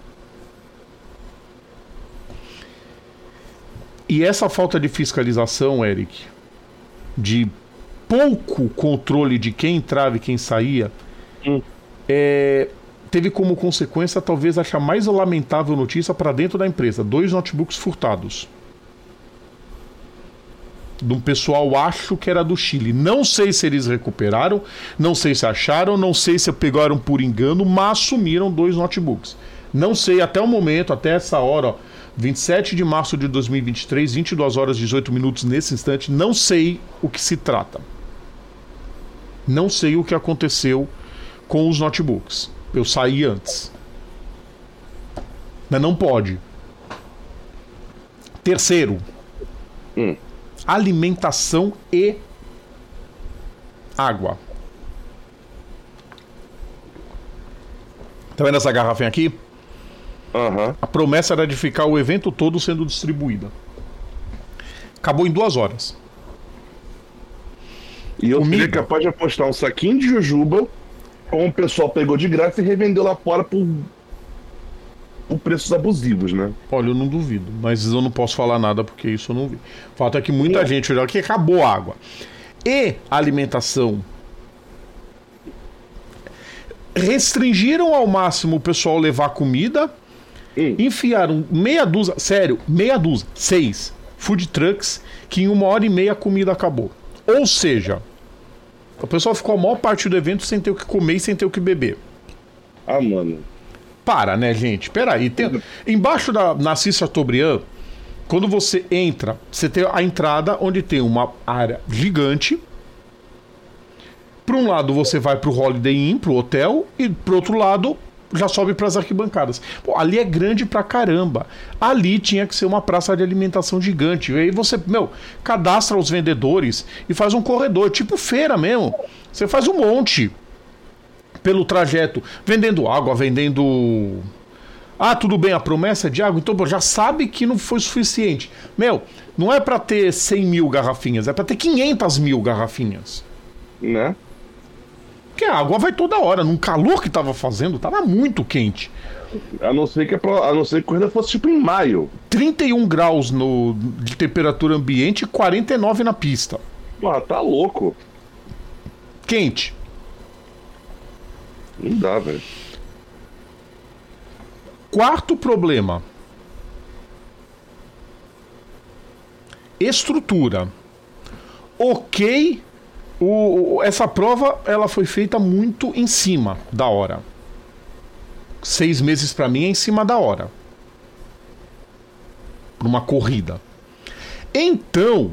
E essa falta de fiscalização, Eric, de pouco controle de quem entrava e quem saía, teve como consequência talvez a mais lamentável notícia para dentro da empresa: 2 notebooks furtados. De um pessoal, acho que era do Chile. Não sei se eles recuperaram, não sei se acharam, não sei se pegaram por engano, mas sumiram 2 notebooks. Não sei, até o momento, até essa hora, ó, 27 de março de 2023, 22 horas e 18 minutos nesse instante, não sei o que se trata. Não sei o que aconteceu com os notebooks. Eu saí antes. Mas não pode. Terceiro. Alimentação e água. Tá vendo essa garrafinha aqui? A promessa era de ficar o evento todo sendo distribuída. Acabou em 2 horas. E eu seria capaz de apostar um saquinho de jujuba, como o pessoal pegou de graça e revendeu lá fora por preços abusivos, né? Olha, eu não duvido, mas eu não posso falar nada porque isso eu não vi. O fato é que muita gente olhou que acabou a água. E alimentação. Restringiram ao máximo o pessoal levar comida, enfiaram meia dúzia, 6 food trucks, que em 1h30 a comida acabou. Ou seja, o pessoal ficou a maior parte do evento sem ter o que comer e sem ter o que beber. Ah, mano. Para, né, gente? Peraí. Embaixo na Cissa Chateaubriand Quando você entra, você tem a entrada onde tem uma área gigante. Para um lado você vai pro Holiday Inn, pro hotel, e pro outro lado já sobe para as arquibancadas. Pô, ali é grande pra caramba. Ali tinha que ser uma praça de alimentação gigante. E aí você, cadastra os vendedores e faz um corredor, tipo feira mesmo. Você faz um monte pelo trajeto, vendendo água, vendendo... Ah, tudo bem, a promessa é de água, então pô, já sabe que não foi suficiente. Não é pra ter 100 mil garrafinhas, é pra ter 500 mil garrafinhas. Né? Porque a água vai toda hora, num calor que tava fazendo, tava muito quente. A não ser que a corrida fosse tipo em maio. 31 graus de temperatura ambiente e 49 na pista. Ah, tá louco. Quente. Não dá, velho. Quarto problema. Estrutura. Ok, essa prova ela foi feita muito em cima da hora. 6 meses pra mim é em cima da hora. Numa corrida. Então,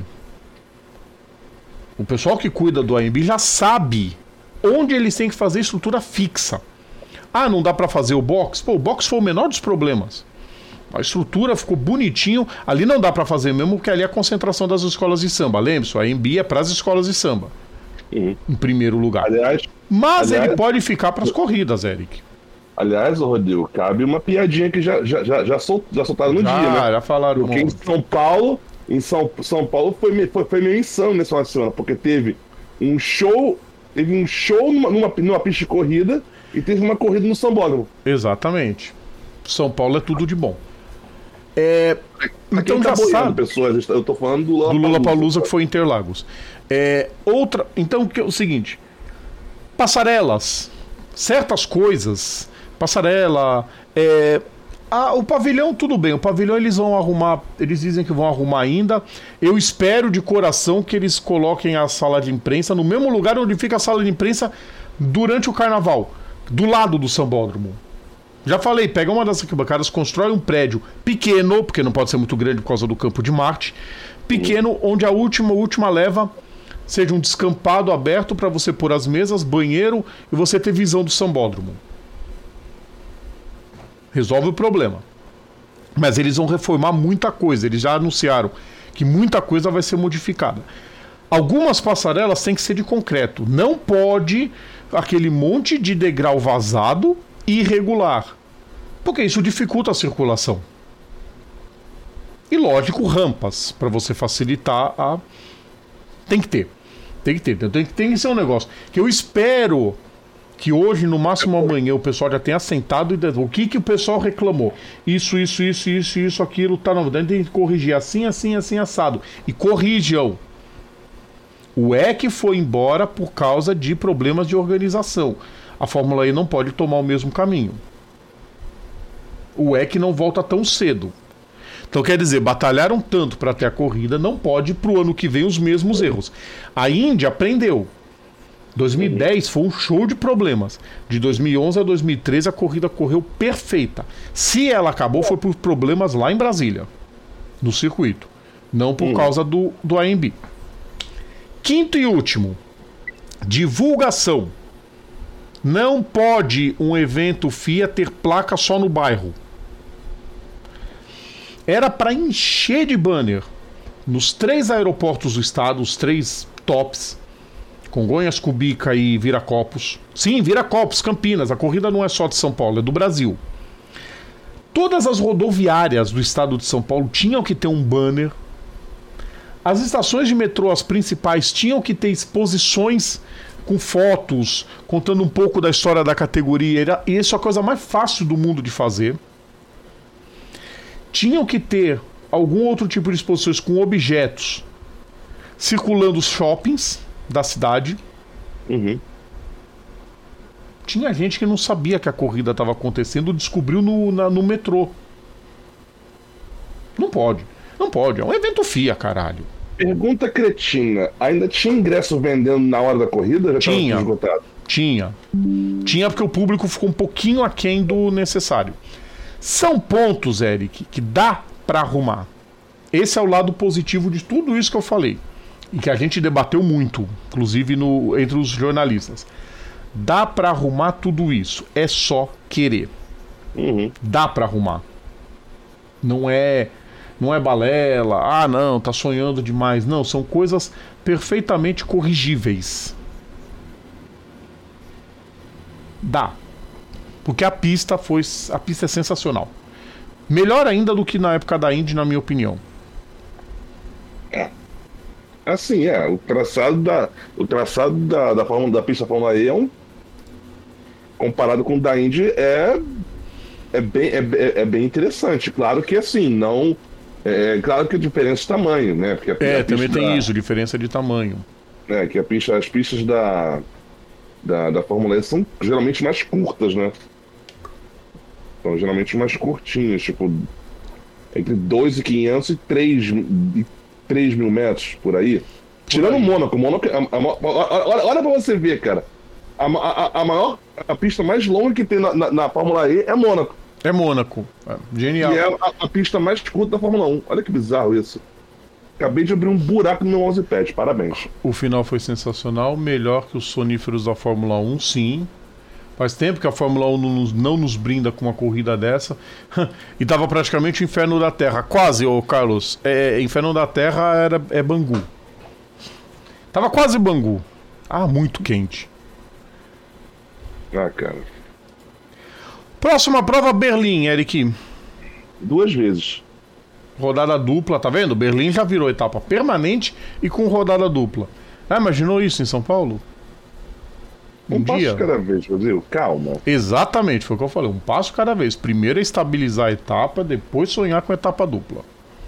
o pessoal que cuida do AMB já sabe onde eles têm que fazer estrutura fixa. Ah, não dá pra fazer o box? Pô, o box foi o menor dos problemas. A estrutura ficou bonitinho. Ali não dá pra fazer mesmo, porque ali é a concentração das escolas de samba. Lembre-se, o AMB é pras escolas de samba. Em primeiro lugar. Mas ele pode ficar pras corridas, Eric. Aliás, Rodrigo, cabe uma piadinha que já soltaram no dia, né? Já falaram. Porque em São Paulo foi meio insano nesse final de semana, porque teve um show numa pista de corrida e teve uma corrida no sambódromo. Exatamente. São Paulo é tudo de bom. Então já sabe. Pessoas, eu tô falando do Lollapalooza, que foi em Interlagos. Então, o seguinte: passarelas, certas coisas, passarela, o pavilhão, tudo bem. O pavilhão eles vão arrumar, eles dizem que vão arrumar ainda. Eu espero de coração que eles coloquem a sala de imprensa no mesmo lugar onde fica a sala de imprensa durante o carnaval, do lado do sambódromo. Já falei, pega uma das arquibancadas, constrói um prédio pequeno, porque não pode ser muito grande por causa do campo de Marte, pequeno, onde a última leva seja um descampado aberto para você pôr as mesas, banheiro e você ter visão do sambódromo. Resolve o problema. Mas eles vão reformar muita coisa, eles já anunciaram que muita coisa vai ser modificada. Algumas passarelas têm que ser de concreto, não pode aquele monte de degrau vazado e irregular, porque isso dificulta a circulação. E lógico, rampas, para você facilitar a... Tem que ter. Tem que ser um negócio que eu espero que hoje, no máximo amanhã, o pessoal já tenha sentado e o que o pessoal reclamou. Isso, aquilo, tá não. Tem que corrigir assim, assado. E corrijam. O EC foi embora por causa de problemas de organização. A Fórmula E não pode tomar o mesmo caminho. O EC não volta tão cedo. Então quer dizer, batalharam tanto para ter a corrida, não pode pro ano que vem os mesmos erros. A Índia aprendeu. 2010 foi um show de problemas. De 2011 a 2013 a corrida correu perfeita. Se ela acabou foi por problemas lá em Brasília, no circuito, não por causa do AMB. Quinto e último, divulgação. Não pode um evento FIA ter placa só no bairro. Era para encher de banner nos 3 aeroportos do estado, os 3 tops, Congonhas, Cubica e Viracopos. Sim, Viracopos, Campinas. A corrida não é só de São Paulo, é do Brasil. Todas as rodoviárias do estado de São Paulo tinham que ter um banner. As estações de metrô, as principais, tinham que ter exposições com fotos, contando um pouco da história da categoria. E isso é a coisa mais fácil do mundo de fazer. Tinham que ter algum outro tipo de exposições com objetos circulando os shoppings da cidade. Tinha gente que não sabia que a corrida estava acontecendo, descobriu no metrô. Não pode, é um evento FIA, caralho. Pergunta cretina, ainda tinha ingresso vendendo na hora da corrida? Já tinha, esgotado? Tinha porque o público ficou um pouquinho aquém do necessário. São pontos, Eric, que dá pra arrumar. Esse é o lado positivo de tudo isso que eu falei. E que a gente debateu muito, inclusive entre os jornalistas. Dá pra arrumar tudo isso. É só querer. Dá pra arrumar. Não é balela. Ah, não, tá sonhando demais. Não, são coisas perfeitamente corrigíveis. Dá. Porque a pista é sensacional. Melhor ainda do que na época da Indy, na minha opinião. Assim, o traçado da pista Fórmula E comparado com o da Indy é bem interessante. Claro que assim, não... claro que a diferença de tamanho, né? Porque também tem isso, diferença de tamanho. Que as pistas da Fórmula E são geralmente mais curtas, né? São geralmente mais curtinhas, tipo entre 2.500 e 3 mil metros, por aí. Tirando o Mônaco. Olha pra você ver, cara. A pista mais longa que tem na Fórmula E é Mônaco. É Mônaco. Genial. E é a pista mais curta da Fórmula 1. Olha que bizarro isso. Acabei de abrir um buraco no meu mousepad. Parabéns. O final foi sensacional. Melhor que os soníferos da Fórmula 1, sim. Faz tempo que a Fórmula 1 não nos brinda com uma corrida dessa. E tava praticamente o inferno da Terra. Quase, ô Carlos. Inferno da Terra é Bangu. Tava quase Bangu. Muito quente. Cara. Próxima prova, Berlim, Eric. 2 vezes. Rodada dupla, tá vendo? Berlim já virou etapa permanente e com rodada dupla. Imaginou isso em São Paulo? Um passo cada vez, Brasil. Calma. Exatamente, foi o que eu falei. Um passo cada vez. Primeiro é estabilizar a etapa, depois sonhar com a etapa dupla.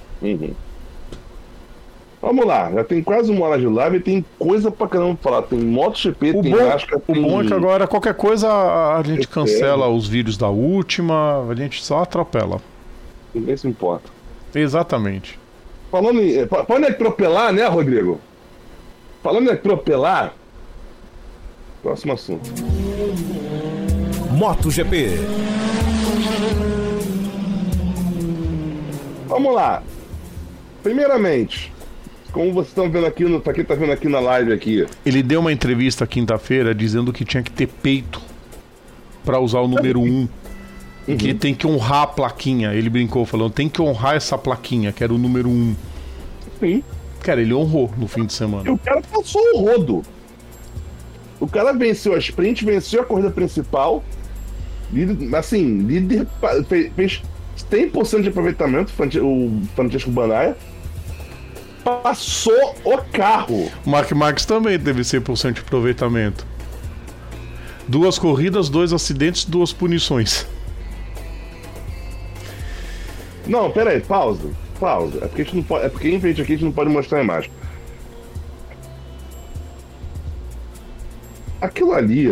Vamos lá, já tem quase 1 hora de live e tem coisa pra caramba pra falar. Tem MotoGP, tem NASCAR, O bom é que agora qualquer coisa a gente cancela os vídeos da última, a gente só atropela. Ninguém se importa. Exatamente. Falando em atropelar, né, Rodrigo? Falando em atropelar, próximo assunto. MotoGP. Vamos lá. Primeiramente, como vocês estão vendo aqui, pra quem tá vendo aqui na live aqui. Ele deu uma entrevista quinta-feira dizendo que tinha que ter peito pra usar o número 1. Que tem que honrar a plaquinha. Ele brincou falando, tem que honrar essa plaquinha, que era o número 1. Sim. Cara, ele honrou no fim de semana. E o cara passou o rodo. O cara venceu a sprint, venceu a corrida principal. Assim, líder, fez 100% de aproveitamento, o Francesco Banhaia. Passou o carro. O Mark Marques também teve 100% de aproveitamento. 2 corridas, 2 acidentes, 2 punições. Não, pera aí, pausa. É porque a gente não pode, em frente aqui a gente não pode mostrar a imagem. Aquilo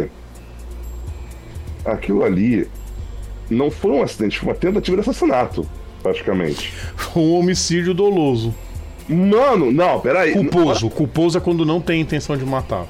ali não foi um acidente, foi uma tentativa de assassinato, praticamente. Foi um homicídio doloso. Mano, não, peraí. Culposo é quando não tem intenção de matar.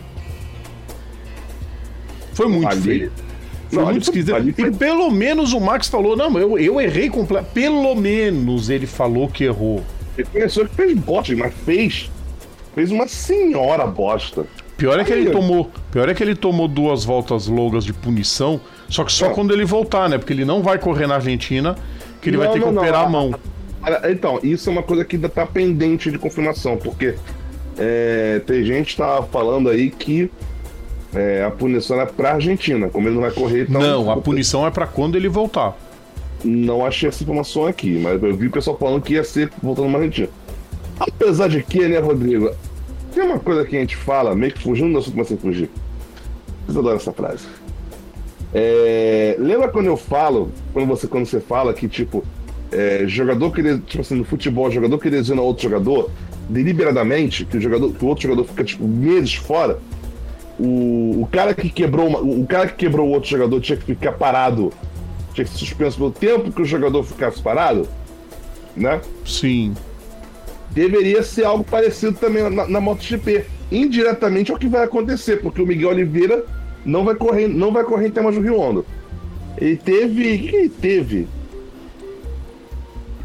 Foi muito feio. Foi muito esquisito. E pelo menos o Max falou, não, eu errei completamente. Pelo menos ele falou que errou. Ele pensou que fez bosta, mas fez uma senhora bosta. Pior é que ele tomou 2 voltas longas de punição, só que só quando ele voltar, né? Porque ele não vai correr na Argentina, que ele vai ter que operar a mão. Então, isso é uma coisa que ainda tá pendente de confirmação, porque tem gente que tá falando aí que a punição é pra Argentina, como ele não vai correr... Então, não, a punição é pra quando ele voltar. Não achei essa informação aqui, mas eu vi o pessoal falando que ia ser voltando na Argentina. Apesar de que, né, Rodrigo? Tem uma coisa que a gente fala, meio que fugindo do assunto, mas sem fugir. Vocês adoram essa frase. Lembra quando eu falo, quando você fala que, tipo, jogador que, tipo assim, no futebol, jogador que lesiona outro jogador, deliberadamente, que o outro jogador fica, tipo, meses fora, o cara que quebrou o outro jogador tinha que ficar parado, tinha que ser suspenso pelo tempo que o jogador ficasse parado, né? Sim. Deveria ser algo parecido também na MotoGP. Indiretamente é o que vai acontecer, porque o Miguel Oliveira não vai correr em Termas do Rio Hondo. Ele teve... O que ele teve?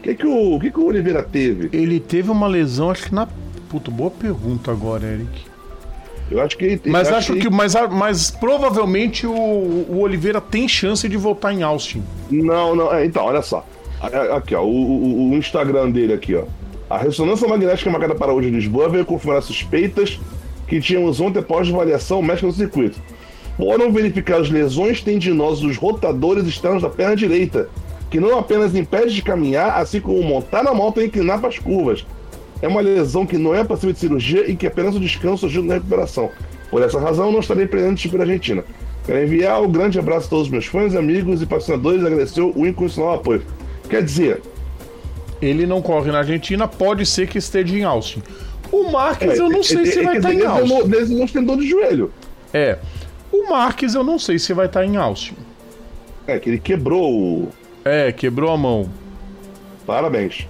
O que o Oliveira teve? Ele teve uma lesão, acho que na... Puta, boa pergunta agora, Eric. Eu acho que ele... Mas provavelmente o Oliveira tem chance de voltar em Austin. Não. Então, olha só. Aqui, ó. O Instagram dele aqui, ó. A ressonância magnética marcada para hoje em Lisboa veio confirmar suspeitas que tínhamos ontem após avaliação médica do circuito. Foram verificar as lesões tendinosas dos rotadores externos da perna direita, que não apenas impede de caminhar, assim como montar na moto e inclinar para as curvas. É uma lesão que não é passível de cirurgia e que apenas o descanso ajuda na recuperação. Por essa razão, não estarei presente pela Argentina. Quero enviar um grande abraço a todos os meus fãs, amigos e patrocinadores e agradecer o incondicional apoio. Quer dizer... Ele não corre na Argentina, pode ser que esteja em Austin. O Marques eu não sei se vai estar em Austin. Desde não tem dor de joelho. O Marques eu não sei se vai estar em Austin. Que ele quebrou o... quebrou a mão. Parabéns.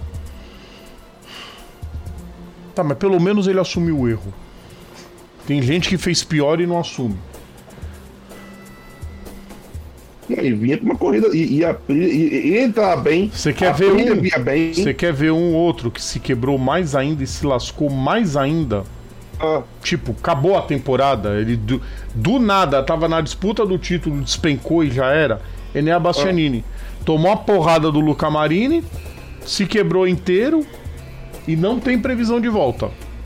Tá, mas pelo menos ele assumiu o erro. Tem gente que fez pior e não assume. E vinha com uma corrida e entra bem. Você quer ver um? Você quer ver um outro que se quebrou mais ainda e se lascou mais ainda? Tipo, acabou a temporada. Ele do nada tava na disputa do título, despencou e já era. Enea Bastianini tomou a porrada do Luca Marini, se quebrou inteiro e não tem previsão de volta.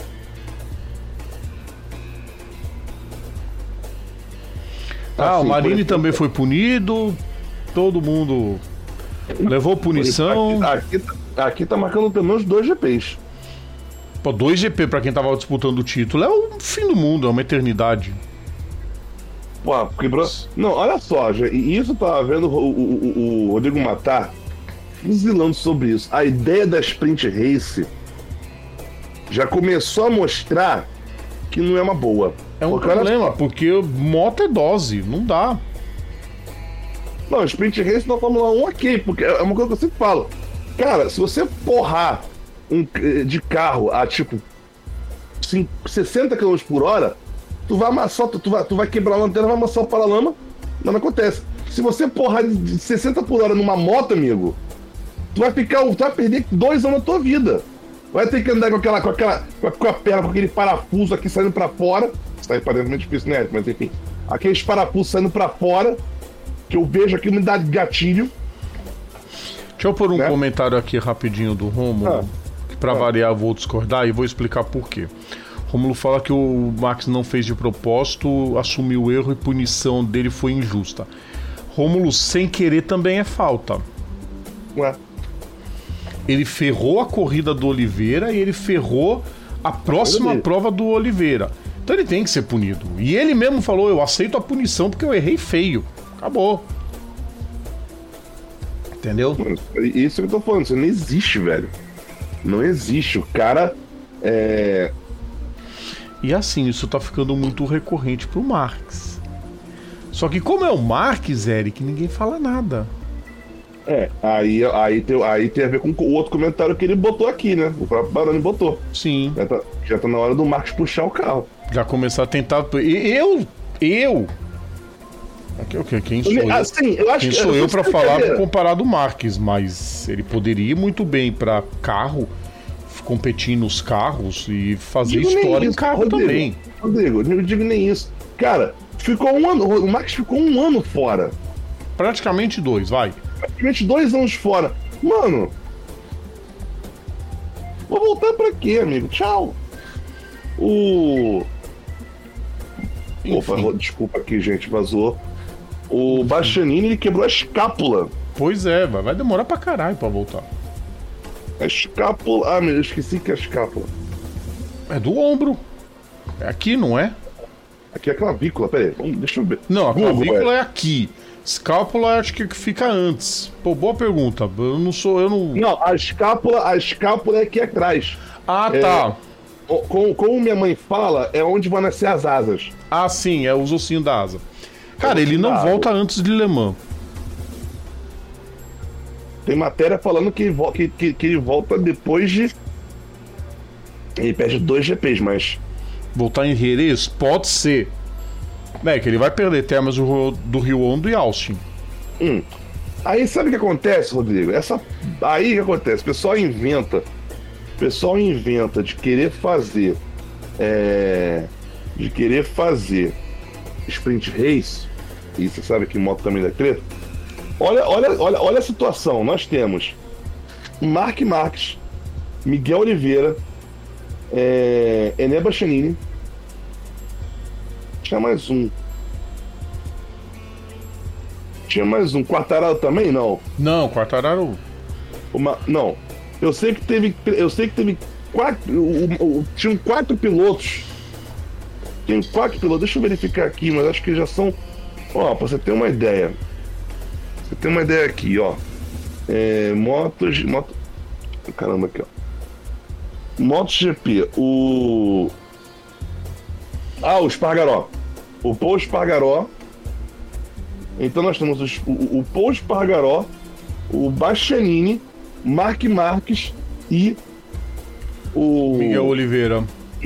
O Marini também foi punido. Todo mundo levou punição. Aqui tá marcando pelo menos 2 GPs. Pô, 2 GP pra quem tava disputando o título é o fim do mundo, é uma eternidade. Pô, quebrou. Não, olha só, e isso tava vendo o Rodrigo Matar fuzilando sobre isso. A ideia da Sprint Race já começou a mostrar que não é uma boa. É um problema, porque moto é dose, não dá. Não, Sprint Race na Fórmula 1 ok, porque é uma coisa que eu sempre falo. Cara, se você porrar de carro a tipo 60 km por hora, tu vai amassar, tu vai quebrar a lanterna, vai amassar o paralama, não acontece. Se você porrar de 60 por hora numa moto, amigo, tu vai perder 2 anos da tua vida. Vai ter que andar com a perna, com aquele parafuso aqui saindo pra fora. Sair pra dentro é muito difícil, né? Mas enfim, aqueles parafusos saindo pra fora, que eu vejo aqui, me dá gatilho. Deixa eu pôr um comentário aqui rapidinho do Rômulo, que pra variar eu vou discordar e vou explicar por quê. Rômulo fala que o Max não fez de propósito, assumiu o erro e punição dele foi injusta. Rômulo, sem querer também é falta. Ele ferrou a corrida do Oliveira e ele ferrou a próxima prova do Oliveira. Então ele tem que ser punido. E ele mesmo falou, eu aceito a punição porque eu errei feio. Acabou. Entendeu? Isso que eu tô falando, isso não existe, velho. Não existe. O cara E assim, isso tá ficando muito recorrente pro Marques. Só que como é o Marques, Eric, ninguém fala nada. Aí tem a ver com o outro comentário que ele botou aqui, né? O próprio Baroni botou. Sim. Já tá na hora do Marques puxar o carro. Já começar a tentar... Eu... Quem sou eu? Assim, eu acho quem sou eu pra falar comparar do Marques, mas ele poderia ir muito bem pra carro, competir nos carros e fazer história em carro, Rodrigo, também. Rodrigo, não digo nem isso. Cara, o Marques ficou 1 ano fora. Praticamente 2, vai. Praticamente 2 anos fora. Mano, vou voltar pra quê, amigo? Tchau. Opa, desculpa aqui, gente, vazou. O Bastianini, ele quebrou a escápula. Pois é, vai demorar pra caralho pra voltar. A escápula... eu esqueci que é a escápula. É do ombro. É aqui, não é? Aqui é a clavícula, peraí, deixa eu ver. Não, a clavícula é aqui. Escápula acho que fica antes. Pô, boa pergunta. Não, a escápula é aqui atrás. Tá. Como minha mãe fala, é onde vão nascer as asas. Sim, é os ossinhos da asa. Cara, ele não volta antes de Le Mans. Tem matéria falando que ele volta depois de... Ele perde 2 GPs, mas... Voltar em Jerez? Pode ser. Que ele vai perder termas do Rio Hondo e Austin. Aí sabe o que acontece, Rodrigo? Essa Aí o que acontece? O pessoal inventa de querer fazer sprint race, e você sabe que moto também dá treta. Olha a situação. Nós temos Mark Marques, Miguel Oliveira, Ené Bastianini. Tinha mais um. Quartararo também? Não. Não, Quartararo. Não. Eu sei que teve 4. Tinham 4 pilotos. Tem 4 pilotos. Deixa eu verificar aqui, mas acho que já são. Ó, pra você ter uma ideia. Você tem uma ideia aqui, ó. Moto. Caramba, aqui, ó. MotoGP. O Espargaró. O Paul Espargaró. Então nós temos o Paul Espargaró, o Bastianini, Mark Marques e o Miguel Oliveira,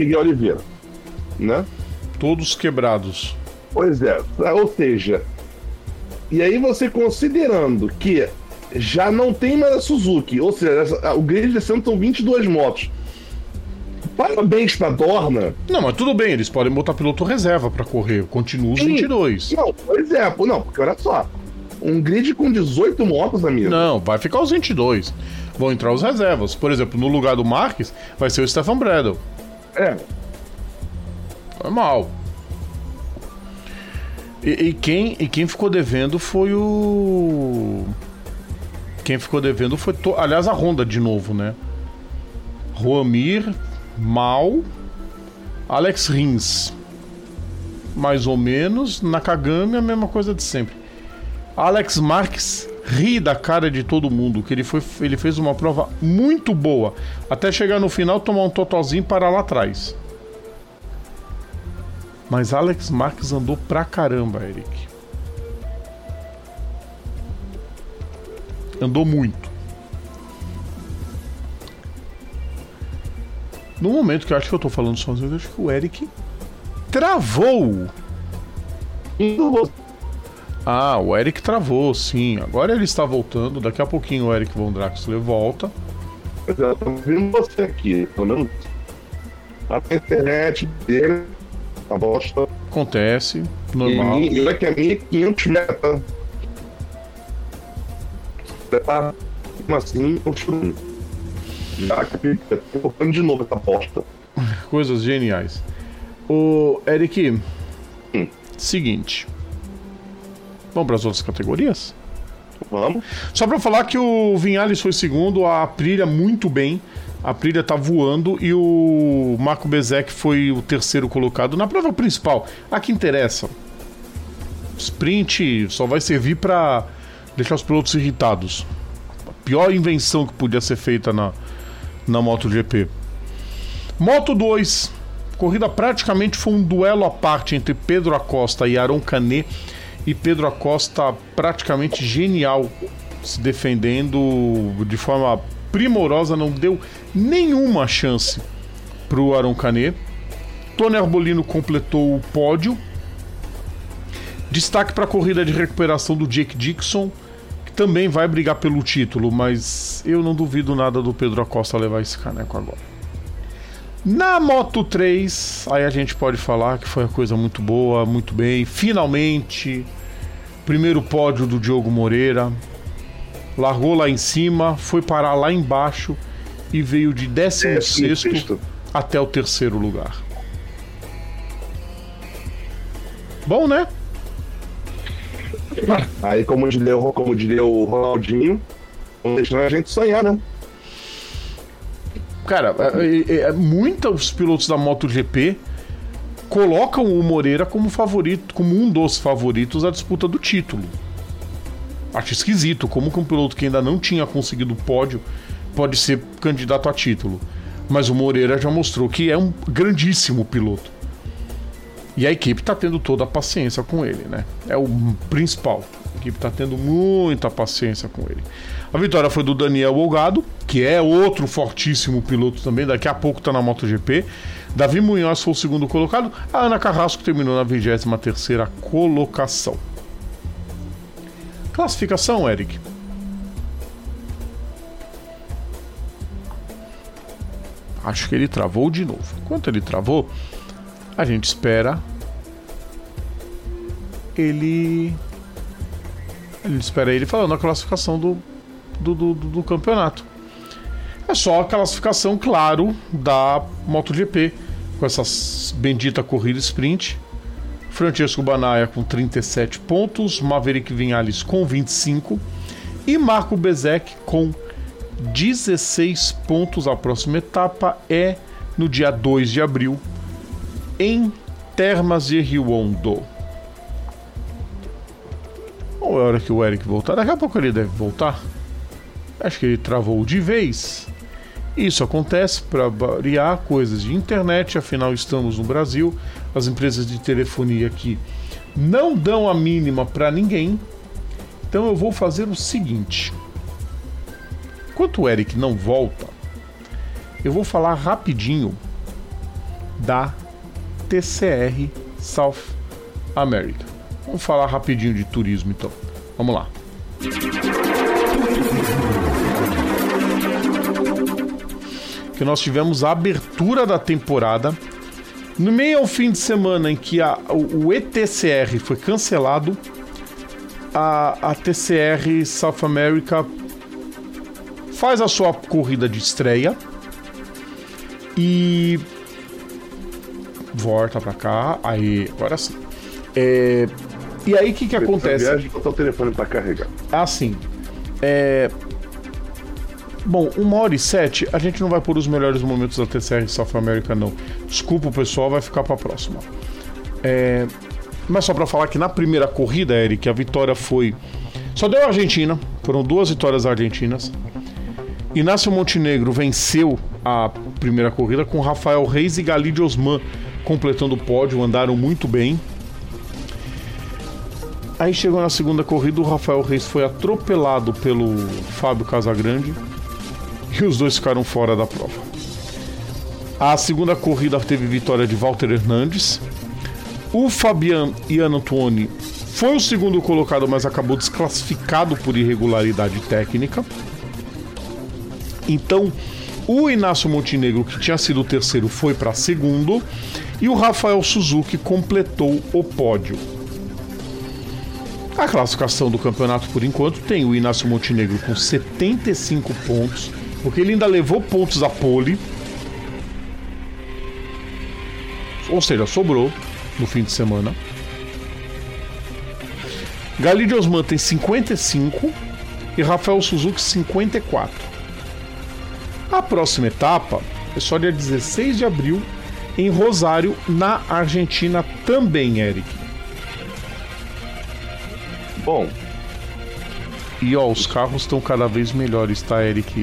né? Todos quebrados. Pois é, ou seja, e aí você considerando que já não tem mais a Suzuki, ou seja, o grid desse ano são 22 motos. Parabéns pra Dorna. Não, mas tudo bem, eles podem botar piloto reserva pra correr. Continua os 22. Não, pois é, não, porque olha só. Um grid com 18 motos, amigo. Não, vai ficar os 22. Vão entrar os reservas. Por exemplo, no lugar do Marques, vai ser o Stefan Bradl. Normal. E quem ficou devendo foi o... Quem ficou devendo foi... Aliás, a Honda de novo, né? Juan Mir... Mal, Alex Rins, mais ou menos. Nakagami, a mesma coisa de sempre. Alex Marques ri da cara de todo mundo, que ele fez uma prova muito boa, até chegar no final, tomar um totalzinho e parar lá atrás. Mas Alex Marques andou pra caramba, Eric. Andou muito. No momento que eu acho que eu tô falando sozinho, eu acho que o Eric travou. Ah, o Eric travou, sim. Agora ele está voltando. Daqui a pouquinho o Eric Von Draxler volta. Eu tô vendo você aqui, falando. A internet dele, a bosta. Acontece, normal. E olha que a minha é 500 metros. Tá assim, construindo. Tô falando de novo essa bosta. Coisas geniais. O Eric, seguinte. Vamos para as outras categorias? Vamos. Só para falar que o Vinhales foi segundo, a Aprilia muito bem. A Aprilia tá voando e o Marco Bezek foi o terceiro colocado na prova principal. A que interessa. Sprint só vai servir para deixar os pilotos irritados. A pior invenção que podia ser feita na MotoGP. Moto 2. Corrida praticamente foi um duelo à parte entre Pedro Acosta e Aron Canet. E Pedro Acosta praticamente genial, se defendendo de forma primorosa, não deu nenhuma chance para o Aron Canet. Tony Arbolino completou o pódio. Destaque para a corrida de recuperação do Jake Dixon, que também vai brigar pelo título, mas eu não duvido nada do Pedro Acosta levar esse caneco agora. Na Moto 3, aí a gente pode falar que foi uma coisa muito boa, muito bem. Finalmente, primeiro pódio do Diogo Moreira. Largou lá em cima, foi parar lá embaixo e veio de 16º até o terceiro lugar. Bom, né? Aí, como diria o Ronaldinho, vamos deixar a gente sonhar, né? Cara, muitos pilotos da MotoGP colocam o Moreira como favorito, como um dos favoritos à disputa do título. Acho esquisito como que um piloto que ainda não tinha conseguido o pódio pode ser candidato a título. Mas o Moreira já mostrou que é um grandíssimo piloto. E a equipe tá tendo toda a paciência com ele, né? É o principal. A equipe tá tendo muita paciência com ele. A vitória foi do Daniel Olgado, que é outro fortíssimo piloto também. Daqui a pouco tá na MotoGP. Davi Munhoz foi o segundo colocado. A Ana Carrasco terminou na 23ª colocação. Classificação, Eric. acho que ele travou de novo. Enquanto ele travou, a gente espera ele falando a classificação do campeonato. É só a classificação, claro, da MotoGP, com essa bendita corrida sprint. Francesco Bagnaia com 37 pontos, Maverick Viñales com 25 e Marco Bezzecchi com 16 pontos. A próxima etapa é no dia 2 de abril em Termas de Rio Hondo. Ou é a hora que o Eric voltar? Daqui a pouco ele deve voltar. Acho que ele travou de vez. Isso acontece para variar coisas de internet, afinal estamos no Brasil. As empresas de telefonia aqui não dão a mínima para ninguém. Então eu vou fazer o seguinte. Enquanto o Eric não volta, eu vou falar rapidinho da TCR South America. Vamos falar rapidinho de turismo então. Vamos lá. Que nós tivemos a abertura da temporada. No meio ao fim de semana em que o ETCR foi cancelado, a TCR South America faz a sua corrida de estreia e volta pra cá. Aí, agora sim. E aí o que acontece? Viagem, botar o telefone pra carregar. Assim, bom, 1h07, a gente não vai pôr os melhores momentos da TCR South America, não. Desculpa o pessoal, vai ficar pra próxima. Mas só pra falar que na primeira corrida, Eric, a vitória foi... Só deu a Argentina, foram 2 vitórias argentinas. Inácio Montenegro venceu a primeira corrida com Rafael Reis e Galide Osman completando o pódio, andaram muito bem. Aí chegou na segunda corrida, o Rafael Reis foi atropelado pelo Fábio Casagrande e os dois ficaram fora da prova. A segunda corrida teve vitória de Walter Hernandes. O Fabian Ian Antuoni foi o segundo colocado, mas acabou desclassificado por irregularidade técnica. Então, o Inácio Montenegro, que tinha sido o terceiro, foi para segundo. E o Rafael Suzuki completou o pódio. A classificação do campeonato, por enquanto, tem o Inácio Montenegro com 75 pontos, porque ele ainda levou pontos a pole. Ou seja, sobrou no fim de semana. Galide Osman tem 55 e Rafael Suzuki 54. A próxima etapa é só dia 16 de abril em Rosário, na Argentina também, Eric. Bom. E ó, os carros estão cada vez melhores, tá, Eric?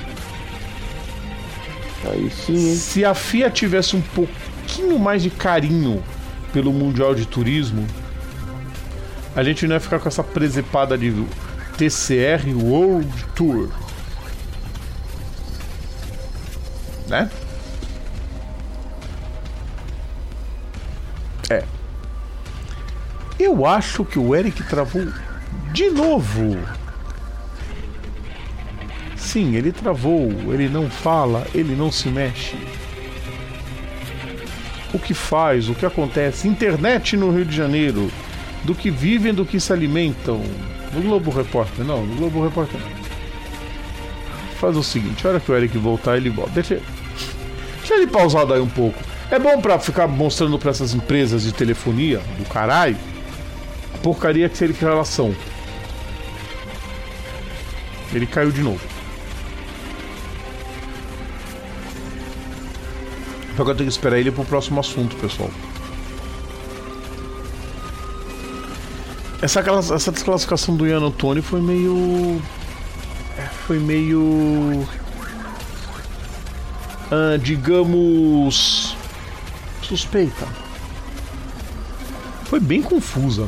Aí sim, hein? Se a FIA tivesse um pouquinho mais de carinho pelo Mundial de Turismo, a gente não ia ficar com essa presepada de TCR World Tour, né? Eu acho que o Eric travou de novo. Sim, ele travou. Ele não fala, ele não se mexe. O que faz, o que acontece? Internet no Rio de Janeiro. Do que vivem, do que se alimentam. No Globo Repórter, não. No Globo Repórter não. Faz o seguinte, a hora que o Eric voltar, ele volta. Deixa ele pausar daí um pouco. É bom pra ficar mostrando pra essas empresas de telefonia do caralho a porcaria que seria relação. Ele caiu de novo. Agora eu tenho que esperar ele pro próximo assunto, pessoal. Essa desclassificação do Ian Antuoni foi meio... digamos... suspeita. Foi bem confusa.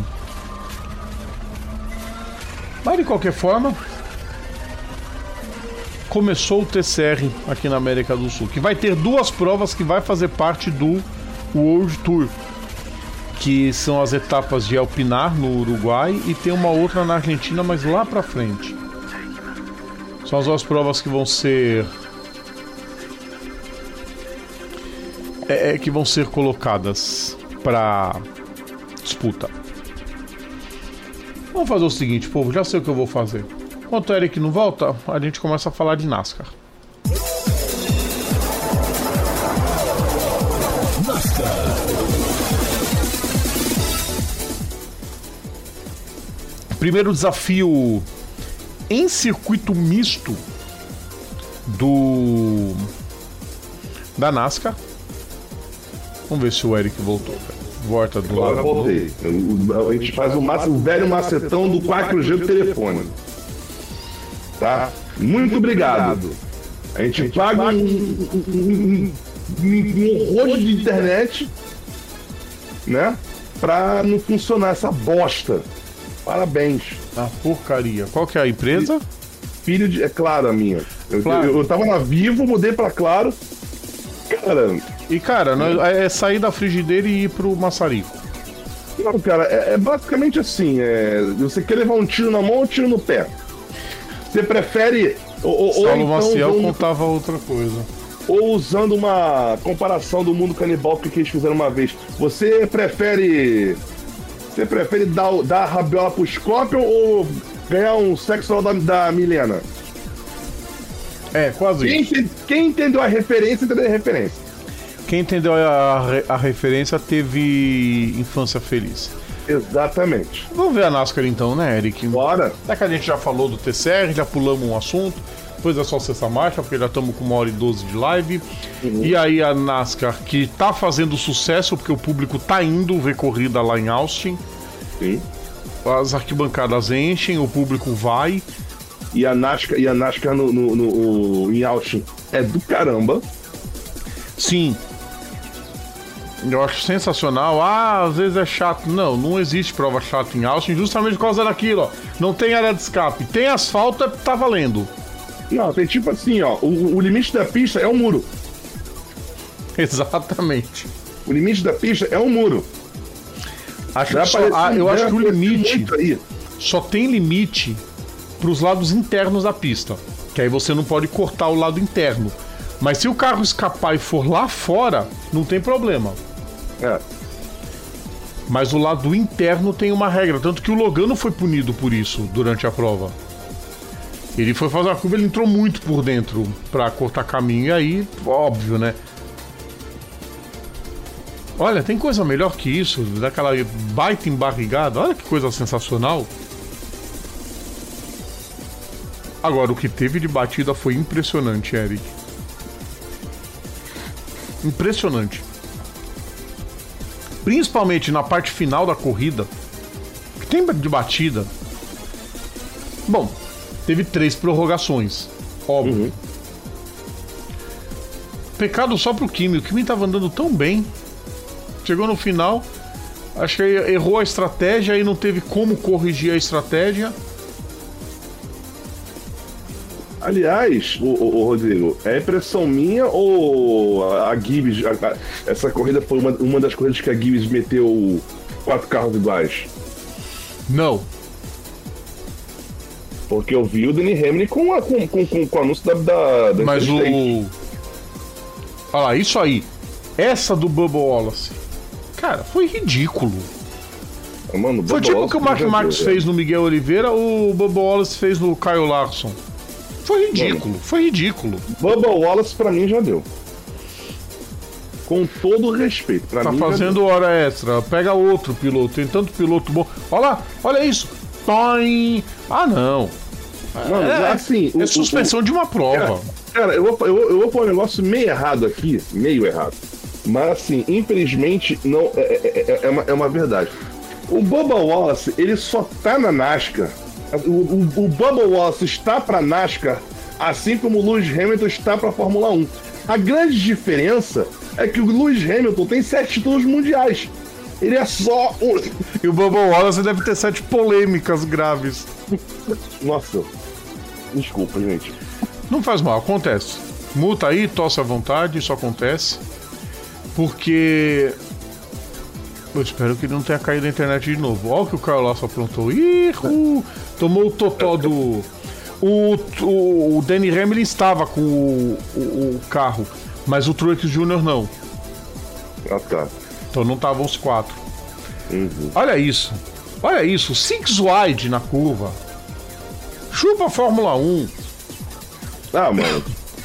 Mas de qualquer forma, começou o TCR aqui na América do Sul, que vai ter 2 provas que vai fazer parte do World Tour, que são as etapas de El Pinar no Uruguai e tem uma outra na Argentina, mas lá pra frente. São as 2 provas que vão ser que vão ser colocadas para disputa. Vamos fazer o seguinte, povo, já sei o que eu vou fazer. Enquanto o Eric não volta, a gente começa a falar de NASCAR. Primeiro desafio em circuito misto da NASCAR. Vamos ver se o Eric voltou. Volta do lado. Agora voltei. A gente faz o velho macetão do 4G do telefone. Tá? Muito obrigado. A gente paga um rosto de internet, né? Pra não funcionar essa bosta. Parabéns. Ah, porcaria. Qual que é a empresa? Filho de... É Claro, a minha. Eu tava na Vivo, mudei pra Claro. Cara, é sair da frigideira e ir pro maçarico. Não, cara, é basicamente assim. Você quer levar um tiro na mão ou um tiro no pé? Você prefere... Saulo então, Maciel contava outra coisa. Ou usando uma comparação do mundo canibal que eles fizeram uma vez. Você prefere dar a rabiola pro Scorpion ou ganhar um sexo oral da Milena? Quase isso. Quem entendeu a referência, entendeu a referência. Quem entendeu a referência teve infância feliz. Exatamente. Vamos ver a NASCAR então, né, Eric? Bora. Já que a gente já falou do TCR, já pulamos um assunto. Depois é só sexta marcha, porque já estamos com 1h12 de live. E aí a NASCAR, que tá fazendo sucesso, porque o público tá indo ver corrida lá em Austin. Sim. As arquibancadas enchem, o público vai. E a NASCAR em Austin é do caramba. Sim. Eu acho sensacional. Às vezes é chato. Não existe prova chata em Austin, justamente por causa daquilo, ó. Não tem área de escape. Tem asfalto, tá valendo. Não, tem tipo assim, ó. O limite da pista é um muro. Exatamente. O limite da pista é um muro. Eu acho que o limite só tem limite pros lados internos da pista. Que aí você não pode cortar o lado interno. Mas se o carro escapar e for lá fora, não tem problema. Mas o lado interno tem uma regra. Tanto que o Logano foi punido por isso durante a prova. Ele foi fazer a curva, ele entrou muito por dentro pra cortar caminho. E aí, óbvio, né? Olha, tem coisa melhor que isso, daquela baita embarrigada. Olha que coisa sensacional. Agora, o que teve de batida foi impressionante, Eric. Impressionante. Principalmente na parte final da corrida. O que tem de batida? Bom, teve 3 prorrogações. Óbvio. Pecado só pro Kimi. O Kimi tava andando tão bem. Chegou no final, acho que errou a estratégia e não teve como corrigir a estratégia. Aliás, o Rodrigo, é impressão minha ou a Gibbs, essa corrida foi uma das corridas que a Gibbs meteu 4 carros iguais? Não. Porque eu vi o Denny Hamlin com o anúncio da Mas olha lá, isso aí. Essa do Bubba Wallace. Cara, foi ridículo. Mano, foi tipo o que o Mark Marques fez no Miguel Oliveira, o Bubba Wallace fez no Kyle Larson. Foi ridículo, foi ridículo. Bubba Wallace pra mim já deu. Com todo o respeito. Pra mim fazendo hora extra. Pega outro piloto, tem tanto piloto bom. Olha lá, olha isso. Toim. Ah, não. Assim, é suspensão de uma prova. Cara, eu vou pôr um negócio meio errado aqui, meio errado. Mas assim, infelizmente, não é uma verdade. O Bubba Wallace, ele só tá na NASCAR. O Bubba Wallace está pra NASCAR, assim como o Lewis Hamilton está pra Fórmula 1. A grande diferença é que o Lewis Hamilton tem 7 títulos mundiais. Ele é só um... E o Bubba Wallace deve ter 7 polêmicas graves. Nossa. Desculpa, gente. Não faz mal, acontece. Multa aí, tosse à vontade, isso acontece. Porque... eu espero que ele não tenha caído na internet de novo. Olha o que o Caio Lasso aprontou. Tomou o totó do... O Denny Hamlin estava com o carro, mas o Truex Jr. não. Ah, tá. Então não estavam os 4. Olha isso. Olha isso. 6 wide na curva. Chupa a Fórmula 1. Ah, mano.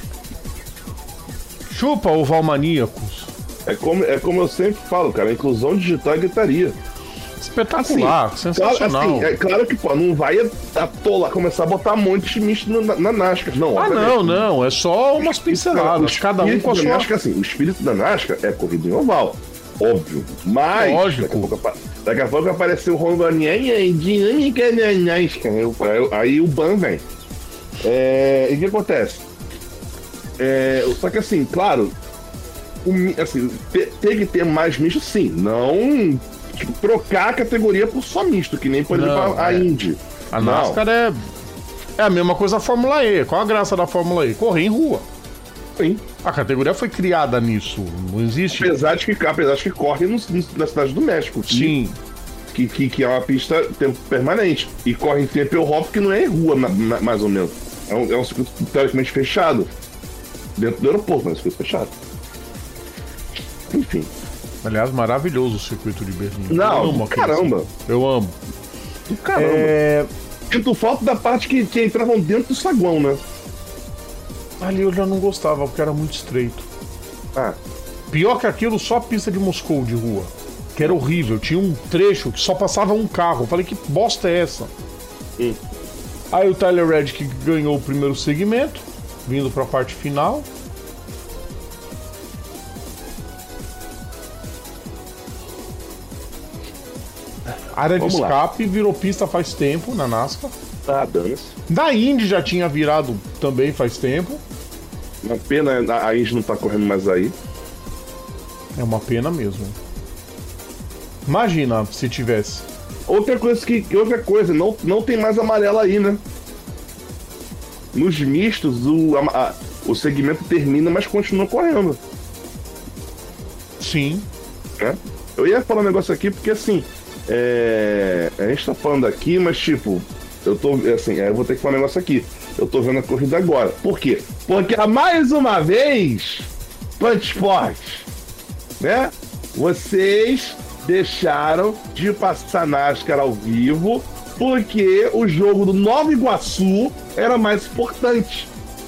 Chupa, oval maníacos. É como eu sempre falo, cara. A inclusão digital é gritaria. Espetacular, assim, sensacional. Claro, é claro que pô, não vai começar a botar um monte de misto na NASCAR. Não, não. É só umas pinceladas. Cada um com a sua... NASCAR, assim, o espírito da NASCAR é corrida em oval. Óbvio. Mas... Lógico. Daqui a pouco apareceu o Honda dinâmica da NASCAR. Aí o ban vem. E o que acontece? Só que assim, claro... Assim, tem que ter mais misto, sim. Não... Tipo, trocar a categoria por só misto, que nem, por exemplo, a Indy. A NASCAR é a mesma coisa da Fórmula E. Qual a graça da Fórmula E? Correr em rua. Sim. A categoria foi criada nisso. Não existe... Apesar de que corre na cidade do México. Sim. Que é uma pista tempo permanente. E corre em tempo hop, que não é em rua, mais ou menos. É um circuito teoricamente fechado. Dentro do aeroporto, mas é um circuito fechado. Enfim. Aliás, maravilhoso o circuito de Berlim. Não, eu amo caramba. Eu amo. Caramba. Sinto falta da parte que entravam dentro do saguão, né? Ali eu já não gostava, porque era muito estreito. Pior que aquilo, só a pista de Moscou de rua. Que era horrível. Tinha um trecho que só passava um carro. Eu falei, que bosta é essa? Aí o Tyler Reddick ganhou o primeiro segmento, vindo pra parte final. Área de escape virou pista faz tempo na NASCAR. Dane-se. Da Indy já tinha virado também faz tempo. Uma pena a Indy não tá correndo mais aí. É uma pena mesmo. Imagina se tivesse. Outra coisa, não tem mais amarela aí, né? Nos mistos, o segmento termina, mas continua correndo. Sim. Eu ia falar um negócio aqui porque assim. A gente tá falando aqui, mas tipo, eu vou ter que falar um negócio aqui. Eu tô vendo a corrida agora. Por quê? Porque mais uma vez, Pansport, né? Vocês deixaram de passar NASCAR ao vivo porque o jogo do Nova Iguaçu era mais importante.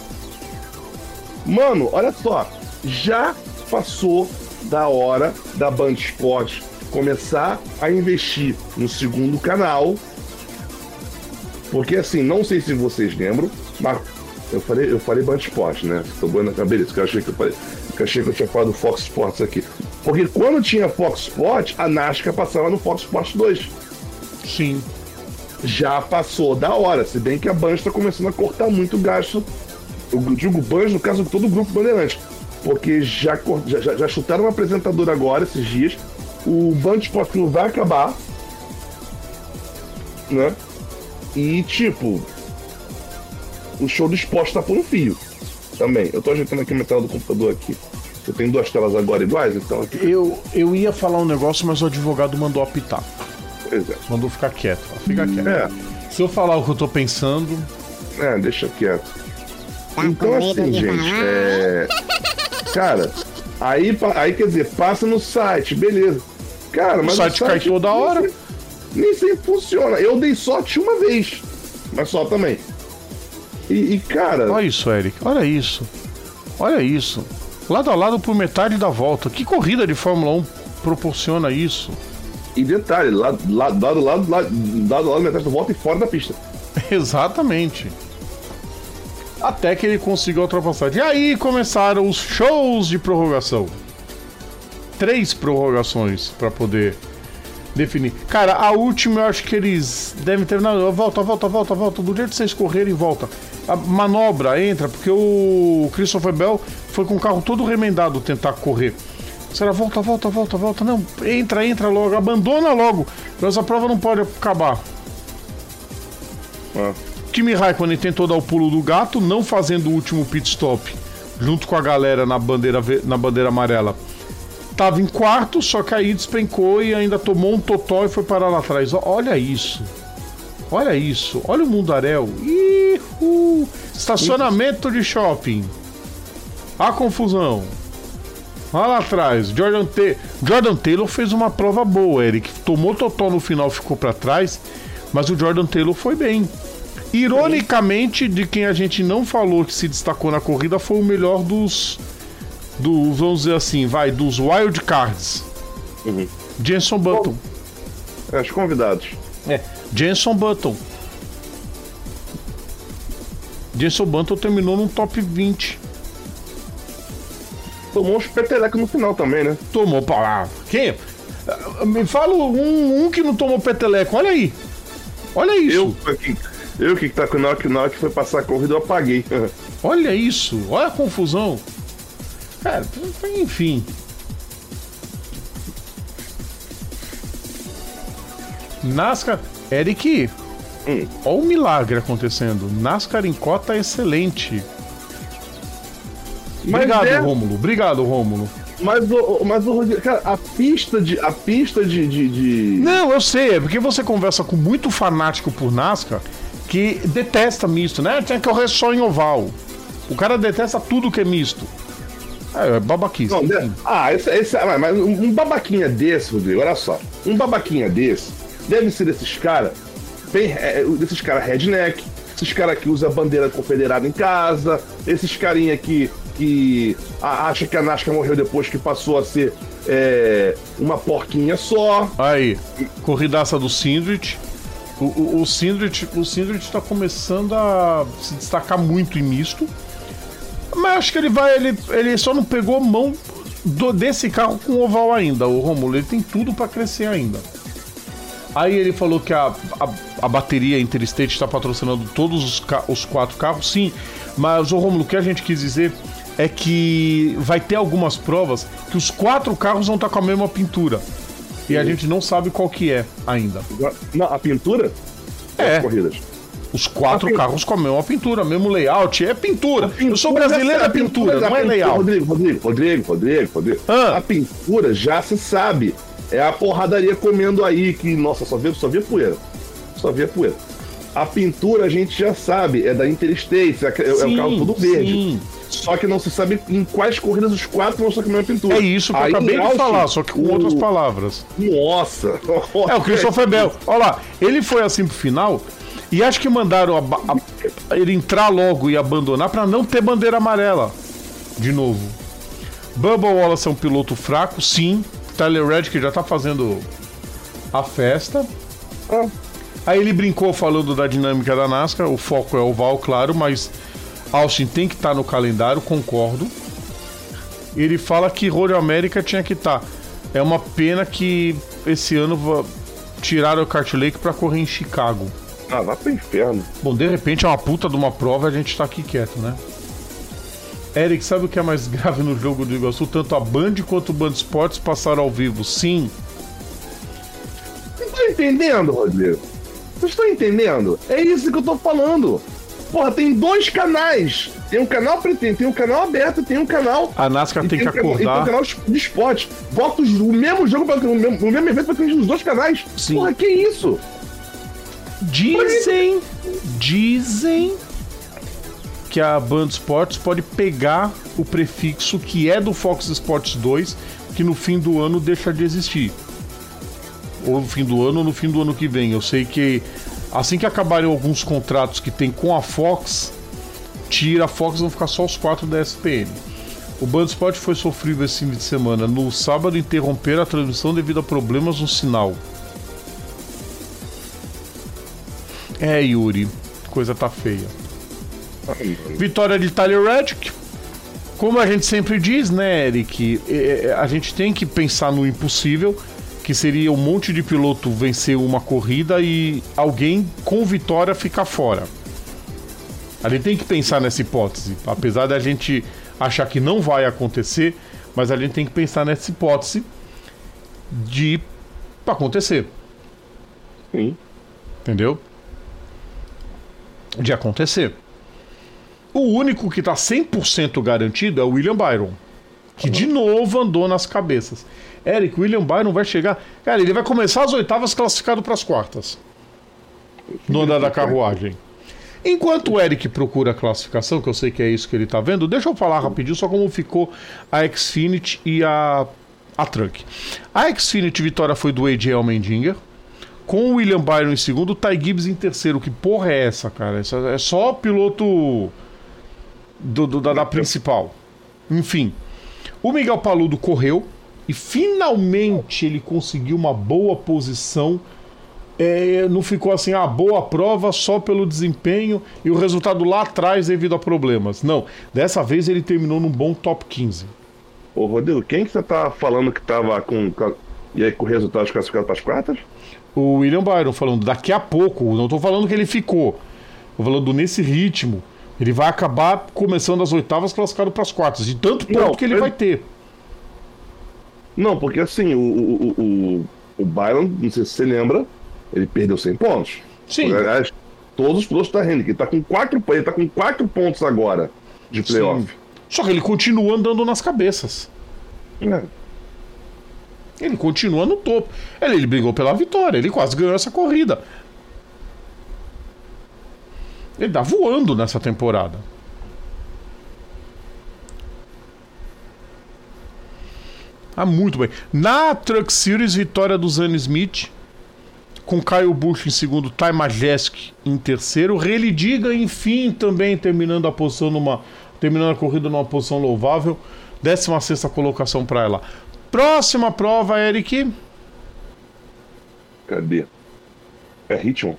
Mano, olha só, já passou da hora da Band Esportes começar a investir no segundo canal, porque assim, não sei se vocês lembram, mas eu falei Band Esportes, né? Tô bom na cabeça, que eu achei que eu tinha falado do Fox Sports aqui. Porque quando tinha Fox Sports, a NASCAR passava no Fox Sports 2. Sim. Já passou da hora, se bem que a Band está começando a cortar muito gasto. Eu digo Band, no caso, todo o grupo Bandeirante. Porque já chutaram um apresentador agora, esses dias. O Band Esportes Clube vai acabar, né? E tipo, o show do esporte tá por um fio também. Eu tô ajeitando aqui a tela do computador aqui. Eu tenho 2 telas agora iguais, então aqui. Eu ia falar um negócio, mas o advogado mandou apitar. Pois é. Mandou ficar quieto. Fica quieto. Se eu falar o que eu tô pensando. Deixa quieto. Então assim, gente, cara, aí quer dizer, passa no site, beleza. Cara, mas o site cai toda hora. Nem sempre funciona. Eu dei sorte uma vez, mas só também. E cara... Olha isso, Eric. Olha isso. Olha isso. Lado a lado por metade da volta. Que corrida de Fórmula 1 proporciona isso? E detalhe, lado metade da volta e fora da pista. Exatamente. Até que ele conseguiu a ultrapassagem. E aí começaram os shows de prorrogação. 3 prorrogações para poder definir. Cara, a última eu acho que eles devem ter... Não, volta. Do jeito que vocês correrem, volta. A manobra entra, porque o Christopher Bell foi com o carro todo remendado tentar correr. Será volta. Não, entra logo, abandona logo. Mas a prova não pode acabar. Kimi Raikkonen tentou dar o pulo do gato, não fazendo o último pit stop junto com a galera na bandeira amarela. Tava em quarto, só que aí despencou e ainda tomou um totó e foi parar lá atrás. Olha isso. Olha o mundaréu. Estacionamento de shopping. A confusão. Olha lá atrás. Jordan Taylor fez uma prova boa, Eric. Tomou totó no final, ficou pra trás. Mas o Jordan Taylor foi bem. Ironicamente, de quem a gente não falou que se destacou na corrida, foi o melhor dos vamos dizer assim, dos wild cards. Jenson Button. Os convidados. Jenson Button. Jenson Button terminou no top 20. Tomou uns petelecos no final também, né? Tomou palavra. Quem? Me fala um que não tomou peteleco. Olha aí. Olha isso. Eu que tá com na hora que foi passar a corrida, eu apaguei. Olha isso. Olha a confusão. Cara, enfim. NASCAR. Eric, olha o milagre acontecendo. NASCAR em cota excelente. Obrigado, Rômulo. Obrigado, Rômulo. Mas o Rodrigo, cara, a pista de. Não, eu sei, é porque você conversa com muito fanático por NASCAR que detesta misto, né? Tinha que correr só em oval. O cara detesta tudo que é misto. É babaquice. Não, mas um babaquinha desse, Rodrigo, olha só. Um babaquinha desse deve ser desses caras redneck, esses caras que usam a bandeira confederada em casa, esses carinha que acha que a NASCAR morreu depois que passou a ser uma porquinha só. Aí, corridaça do Cindric. O Cindric tá começando a se destacar muito em misto. Mas acho que ele só não pegou mão desse carro com oval ainda. O Romulo, ele tem tudo para crescer ainda. Aí ele falou que a bateria Interstate está patrocinando todos os 4 carros, sim. Mas, o Romulo, o que a gente quis dizer é que vai ter algumas provas que os 4 carros vão estar com a mesma pintura. E a gente não sabe qual que é ainda. Não, a pintura? As corridas. Os 4 carros com a mesma pintura, mesmo layout. É pintura. Eu sou brasileiro, é pintura, não é layout. Rodrigo. A pintura já se sabe. É a porradaria comendo aí, que, nossa, só vê poeira. Só vê poeira. A pintura a gente já sabe, é da Interstate, é o carro todo verde. Sim. Só que não se sabe em quais corridas os 4 vão estar com a mesma pintura. É isso que eu acabei de falar, só que com outras palavras. Nossa! O Christopher Bell. Olha lá, ele foi assim pro final e acho que mandaram ele entrar logo e abandonar pra não ter bandeira amarela. De novo. Bubba Wallace é um piloto fraco, sim. Tyler Reddick já tá fazendo a festa. Aí ele brincou falando da dinâmica da NASCAR. O foco é oval, claro, mas Austin tem que estar no calendário, concordo. Ele fala que Road America tinha que estar. É uma pena que esse ano tiraram o Kart Lake pra correr em Chicago. Vai pro inferno. Bom, de repente é uma puta de uma prova e a gente tá aqui quieto, né? Eric, sabe o que é mais grave no jogo do Iguaçu? Tanto a Band quanto o Band Esportes passaram ao vivo, sim. Vocês estão entendendo, Rodrigo? Vocês estão entendendo? É isso que eu tô falando. Porra, tem 2 canais. Tem um canal preto, tem um canal aberto, tem um canal... A NASCAR tem que acordar. E tem um canal de esporte. Bota o mesmo jogo, o mesmo evento pra frente dos 2 canais. Sim. Porra, que isso? Dizem que a Band Esportes pode pegar o prefixo que é do Fox Sports 2, que no fim do ano deixa de existir. Ou no fim do ano ou no fim do ano que vem. Eu sei que assim que acabarem alguns contratos que tem com a Fox, tira a Fox, vão ficar só os 4 da ESPN. O Band Sport foi sofrível esse fim de semana. No sábado interromperam a transmissão devido a problemas no sinal. Yuri, coisa tá feia. Vitória de Tyler Reddick. Como a gente sempre diz, né, Eric? A gente tem que pensar no impossível, que seria um monte de piloto vencer uma corrida e alguém com vitória ficar fora. A gente tem que pensar nessa hipótese. Apesar da gente achar que não vai acontecer, mas a gente tem que pensar nessa hipótese de acontecer. Sim. Entendeu? De acontecer. O único que tá 100% garantido é o William Byron, que de novo andou nas cabeças. Eric, o William Byron vai chegar... Cara, ele vai começar as oitavas classificado para as quartas no andar da carruagem. Enquanto o Eric procura a classificação, que eu sei que é isso que ele tá vendo, deixa eu falar rapidinho só como ficou a Xfinity e a Truck. A Xfinity vitória foi do AJ Allmendinger, com o William Byron em segundo, o Ty Gibbs em terceiro. Que porra é essa, cara? Essa é só piloto da principal. Enfim, o Miguel Paludo correu e finalmente ele conseguiu uma boa posição. Não ficou assim, boa prova só pelo desempenho e o resultado lá atrás devido a problemas. Não, dessa vez ele terminou num bom top 15. Ô Rodrigo, quem que você tá falando que tava e aí com o resultado classificado para as quartas? O William Byron falando, daqui a pouco, não tô falando que ele ficou, tô falando nesse ritmo, ele vai acabar começando as oitavas classificado para as quartas, de tanto ponto que ele vai ter. Não, porque assim, o Byron, não sei se você lembra, ele perdeu 100 pontos. Sim. Aliás, todos os pilotos da Hendrick, ele tá com 4 pontos agora de playoff. Sim. Só que ele continua andando nas cabeças. Ele continua no topo. Ele brigou pela vitória, ele quase ganhou essa corrida. Ele tá voando nessa temporada. Muito bem. Na Truck Series, vitória do Zane Smith, com Kyle Busch em segundo, Ty Majeski em terceiro, Riley Diga, enfim, também terminando a corrida numa posição louvável. 16ª colocação para ela. Próxima prova, Eric. Cadê? É Richmond.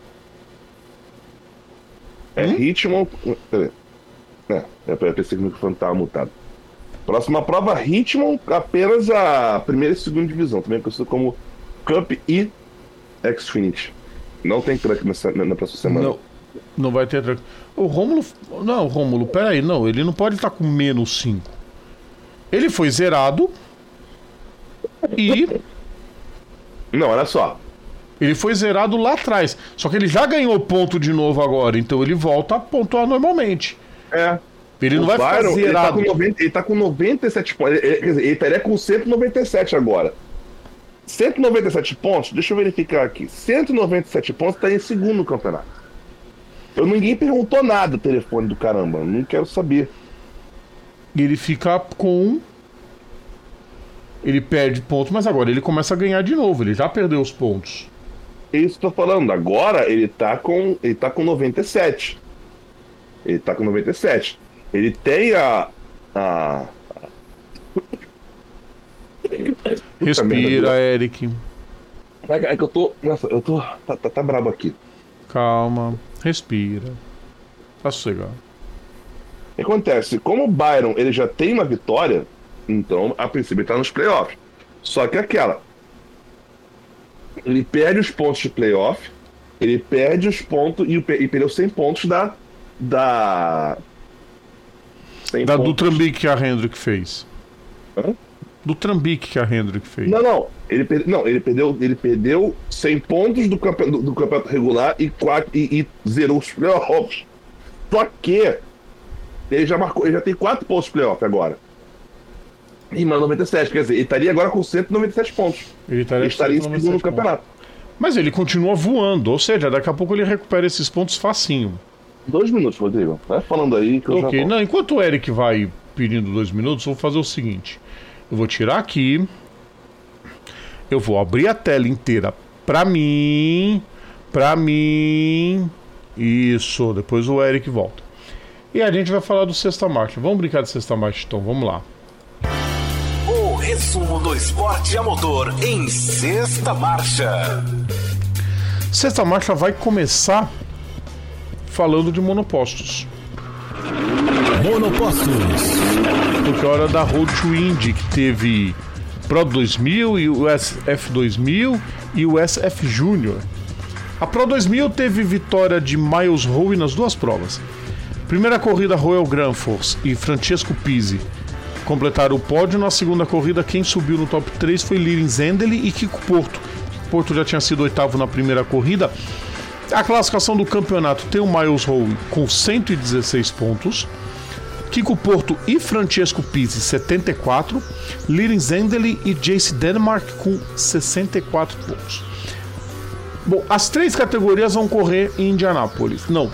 Richmond. Eu pensei que o microfone estava mutado. Próxima prova, Richmond, apenas a primeira e segunda divisão, também conhecido como Cup e Xfinity. Não tem truck na próxima semana. Não vai ter truck. O Rômulo, peraí, não, ele não pode estar com menos 5. Ele foi zerado e... Não, olha só. Ele foi zerado lá atrás, só que ele já ganhou ponto de novo agora, então ele volta a pontuar normalmente. Ele não vai ficar zerado. Ele tá com 97 pontos. Ele estaria com 197 agora. 197 pontos, deixa eu verificar aqui. 197 pontos, tá em segundo no campeonato. Ninguém perguntou nada, telefone do caramba. Não quero saber. Ele fica com... Ele perde pontos, mas agora ele começa a ganhar de novo. Ele já perdeu os pontos. É isso que eu tô falando. Agora ele tá com 97. Ele tá com 97. Ele tem Respira, Eric. É que eu tô... Nossa, eu tô... Tá brabo aqui. Calma. Respira. Tá sossegado. O que acontece? Como o Byron ele já tem uma vitória, então a princípio ele tá nos playoffs. Só que ele perde os pontos de playoff, ele perde os pontos e perdeu 100 pontos do Trambique que a Hendrick fez. Do Trambique que a Hendrick fez. Não. Ele perdeu 100 pontos do campeonato regular e zerou os playoffs. Só que ele já tem 4 pontos de playoff agora. E mais 97, quer dizer, ele estaria agora com 197 pontos. Ele estaria em segundo no campeonato. Mas ele continua voando, ou seja, daqui a pouco ele recupera esses pontos facinho. 2 minutos, Rodrigo. Vai falando aí que eu já... Não, enquanto o Eric vai pedindo 2 minutos, eu vou fazer o seguinte. Eu vou tirar aqui. Eu vou abrir a tela inteira pra mim. Isso, depois o Eric volta. E a gente vai falar do Sexta Marcha. Vamos brincar de Sexta Marcha, então, vamos lá. O resumo do esporte a motor em Sexta Marcha. Sexta Marcha vai começar falando de monopostos. Porque a hora da Road to Indy, que teve Pro 2000 e o SF 2000 e o SF Júnior. A Pro 2000 teve vitória de Miles Howe nas 2 provas. Primeira corrida, Royal Granfors e Francesco Pizzi completaram o pódio. Na segunda corrida, quem subiu no top 3 foi Liren Zendeli e Kiko Porto. Porto já tinha sido 8º na primeira corrida. A classificação do campeonato tem o Miles Howe com 116 pontos, Kiko Porto e Francesco Pizzi 74, Liren Zendeli e Jace Denmark com 64 pontos. Bom, as 3 categorias vão correr em Indianápolis. Não,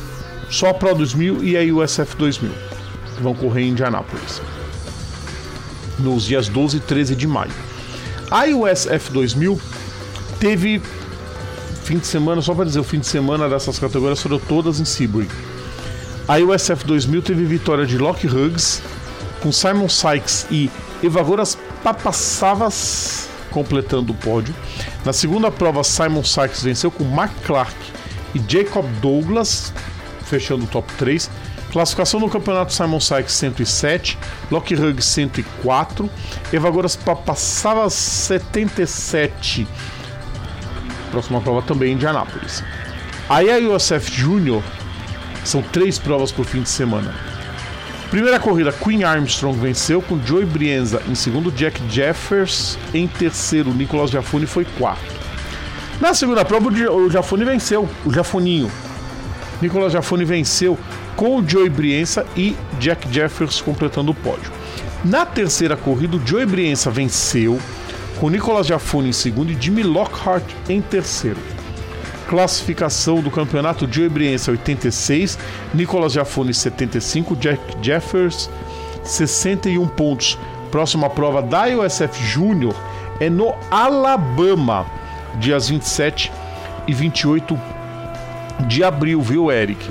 Só a Pro 2000 e a USF 2000, que vão correr em Indianápolis, nos dias 12 e 13 de maio. A USF 2000 teve fim de semana, só para dizer, o fim de semana dessas categorias foram todas em Sebring. A USF 2000 teve vitória de Locke Hughes, com Simon Sykes e Evagoras Papassavas completando o pódio. Na segunda prova, Simon Sykes venceu com Mark Clark e Jacob Douglas, fechando o top 3. Classificação no campeonato: Simon Sykes 107, Locke Hughes 104, Evagoras Papassavas 77. Próxima prova também em Indianápolis. Aí a USF Júnior, são 3 provas por fim de semana. Primeira corrida, Queen Armstrong venceu com Joey Brienza em segundo, Jack Jeffers em terceiro, Nicolas Giafone foi quarto. Na segunda prova, o Giafone venceu, o Giafoninho. Nicolas Giafone venceu com o Joey Brienza e Jack Jeffers completando o pódio. Na terceira corrida, o Joey Brienza venceu com Nicolas Giafone em segundo e Jimmy Lockhart em terceiro. Classificação do campeonato: Joey Brienza 86, Nicolas Giafone 75, Jack Jeffers 61 pontos. Próxima prova da USF Júnior é no Alabama, dias 27 e 28 de abril, viu, Eric?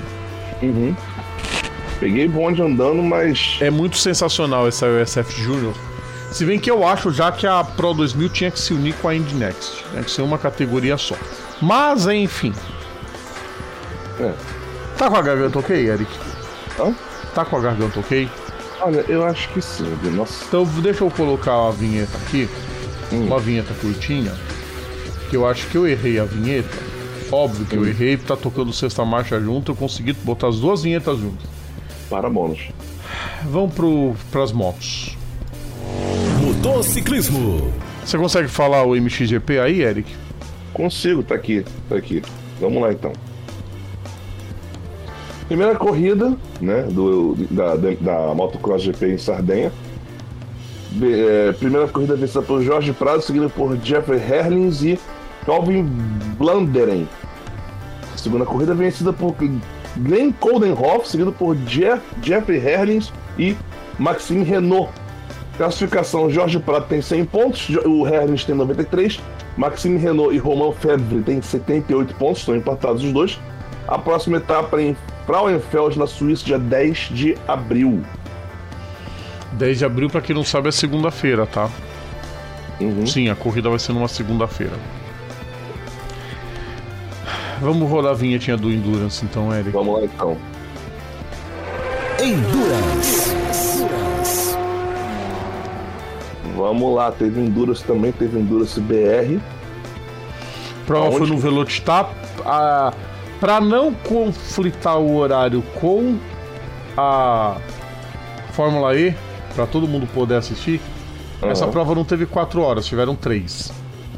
Peguei bonde andando, mas... É muito sensacional essa USF Júnior. Se bem que eu acho já que a Pro 2000 tinha que se unir com a Indy Next. Tinha que ser uma categoria só. Mas, enfim. Tá com a garganta ok, Eric? Tá com a garganta ok? Olha, eu acho que sim. Nossa. Então deixa eu colocar a vinheta aqui. Uma vinheta curtinha. Que eu acho que eu errei a vinheta. Óbvio que eu errei, tá tocando sexta marcha junto. Eu consegui botar as duas vinhetas juntas. Para bônus. Vamos pras motos. Motociclismo. Você consegue falar o MXGP aí, Eric? Consigo, tá aqui. Vamos lá então. Primeira corrida, né, da Motocross GP em Sardenha. Primeira corrida vencida por Jorge Prado, seguida por Jeffrey Herlings e Calvin Blanderen. Segunda corrida vencida por Glenn Coldenhoff, seguido por Jeffrey Herlings e Maxime Renault. Classificação: Jorge Prado tem 100 pontos, o Herlings tem 93, Maxime Renault e Romain Febvre têm 78 pontos, estão empatados os dois. A próxima etapa em Frauenfeld, na Suíça, dia 10 de abril. 10 de abril, pra quem não sabe, é segunda-feira, tá? Sim, a corrida vai ser numa segunda-feira. Vamos rodar a vinhetinha do Endurance, então, Eric. Vamos lá, então. Endurance. Vamos lá, teve Endurance também, teve Endurance BR. Prova foi no Velocitar. Para não conflitar o horário com a Fórmula E, para todo mundo poder assistir, essa prova não teve 4 horas, tiveram 3.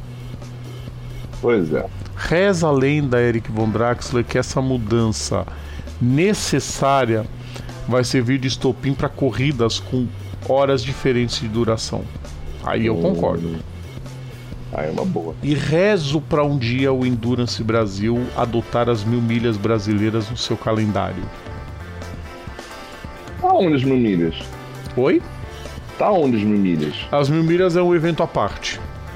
Pois é. Reza a lenda, Eric Von Draxler, que essa mudança necessária vai servir de estopim para corridas com horas diferentes de duração. Aí eu concordo. Aí é uma boa. E rezo para um dia o Endurance Brasil adotar as 1000 milhas brasileiras no seu calendário. Tá onde as 1000 milhas? Oi? Tá onde as 1000 milhas? As 1000 milhas é um evento à parte.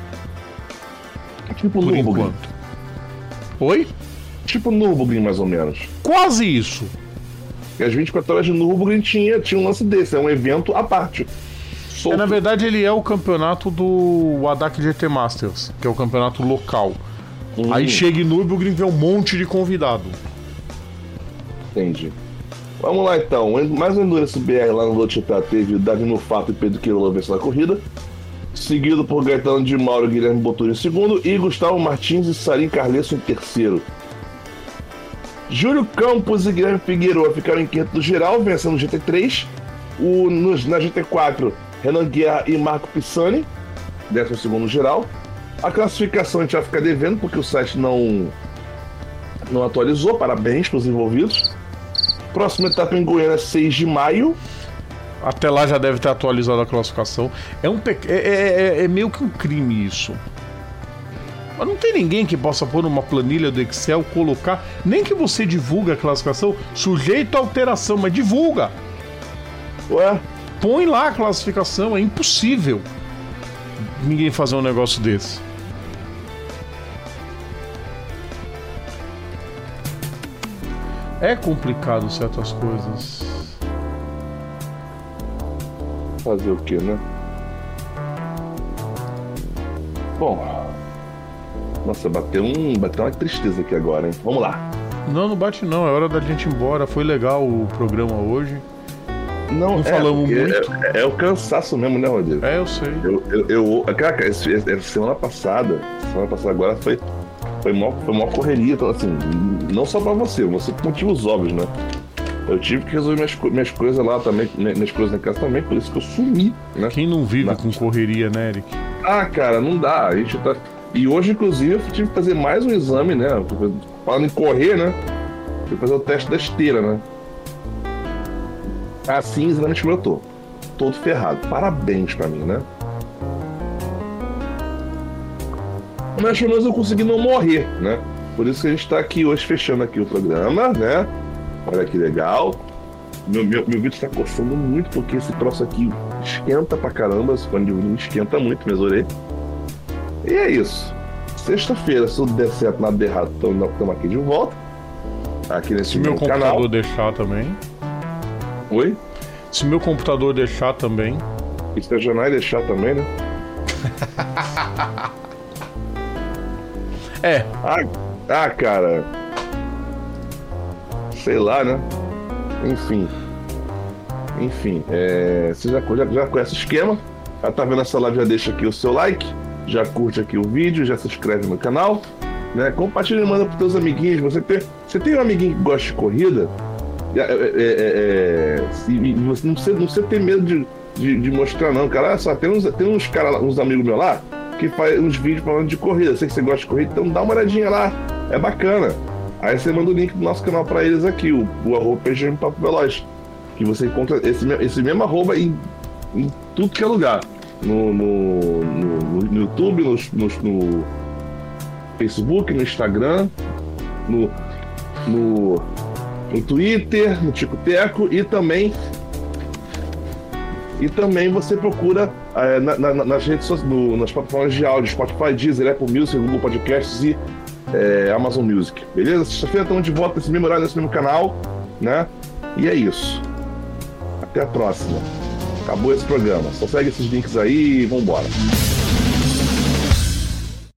Tipo por Nürburgring. enquanto. Oi? Tipo Nürburgring, mais ou menos. Quase isso. E as 24 horas de Nürburgring tinha um lance desse, é um evento à parte. Na verdade, ele é o campeonato do WADAC GT Masters, que é o campeonato local. Aí chega em Nürburgring e vem um monte de convidado. Entendi. Vamos lá então, mais um Endurance BR lá no Velocitar teve Davi Nufato e Pedro Queiroz vencendo a corrida, seguido por Gaetano de Mauro e Guilherme Botturi em segundo e Gustavo Martins e Sarim Carlesso em terceiro. Júlio Campos e Guilherme Figueiredo ficaram em quinto do geral, vencendo o GT3. Na GT4, Renan Guerra e Marco Pisani, 12º geral. A classificação a gente vai ficar devendo porque o site não atualizou. Parabéns para os envolvidos. Próxima etapa em Goiânia, 6 de maio. Até lá já deve ter atualizado a classificação. É meio que um crime isso. Mas não tem ninguém que possa pôr numa planilha do Excel, colocar, nem que você divulga a classificação, sujeito a alteração, mas divulga. Ué? Põe lá a classificação, é impossível ninguém fazer um negócio desse. É complicado certas coisas. Fazer o que, né? Bom. Nossa, bateu uma tristeza aqui agora, hein? Vamos lá. Não bate não, é hora da gente ir embora. Foi legal o programa hoje. Não falamos muito. É o cansaço mesmo, né, Rodrigo? É, eu sei. Cara, semana passada agora foi maior correria, então, assim, não só pra você por motivos óbvios, né? Eu tive que resolver minhas coisas lá também, minhas coisas na casa também, por isso que eu sumi, né? Quem não vive com correria, né, Eric? Ah, cara, não dá. A gente tá... E hoje, inclusive, eu tive que fazer mais um exame, né? Falando em correr, né? Tive que fazer o teste da esteira, né? Assim, exatamente como eu tô. Todo ferrado. Parabéns pra mim, né? Mas pelo menos eu consegui não morrer, né? Por isso que a gente tá aqui hoje fechando aqui o programa, né? Olha que legal. Meu vídeo tá coçando muito, porque esse troço aqui esquenta pra caramba. Esse fone de ouvido esquenta muito, minhas orelhas. E é isso. Sexta-feira, se tudo der certo, nada de errado, estamos aqui de volta. Aqui nesse meu canal. Se meu computador deixar também. Oi? Se meu computador deixar também. E se a Janai deixar também, né? É. Ah, cara. Sei lá, né? Enfim, você já conhece o esquema. Já tá vendo essa live, já deixa aqui o seu like, já curte aqui o vídeo, já se inscreve no canal, né? Compartilha e manda pros teus amiguinhos. Você tem um amiguinho que gosta de corrida? Você não precisa ter medo de mostrar, não, cara. Olha só, tem uns caras, uns amigos meus lá, que faz uns vídeos falando de corrida. Eu sei que você gosta de corrida, então dá uma olhadinha lá, é bacana. Aí você manda o link do nosso canal pra eles aqui, o @PGM Papo Veloz, que você encontra esse mesmo arroba em tudo que é lugar. No YouTube, no Facebook, no Instagram, no Twitter, no Tico-Teco, e também você procura nas redes sociais, nas plataformas de áudio, Spotify, Deezer, Apple Music, Google Podcasts e Amazon Music, beleza? Sexta-feira estamos de volta nesse mesmo horário, nesse mesmo canal, né? E é isso. Até a próxima. Acabou esse programa. Só segue esses links aí e vambora.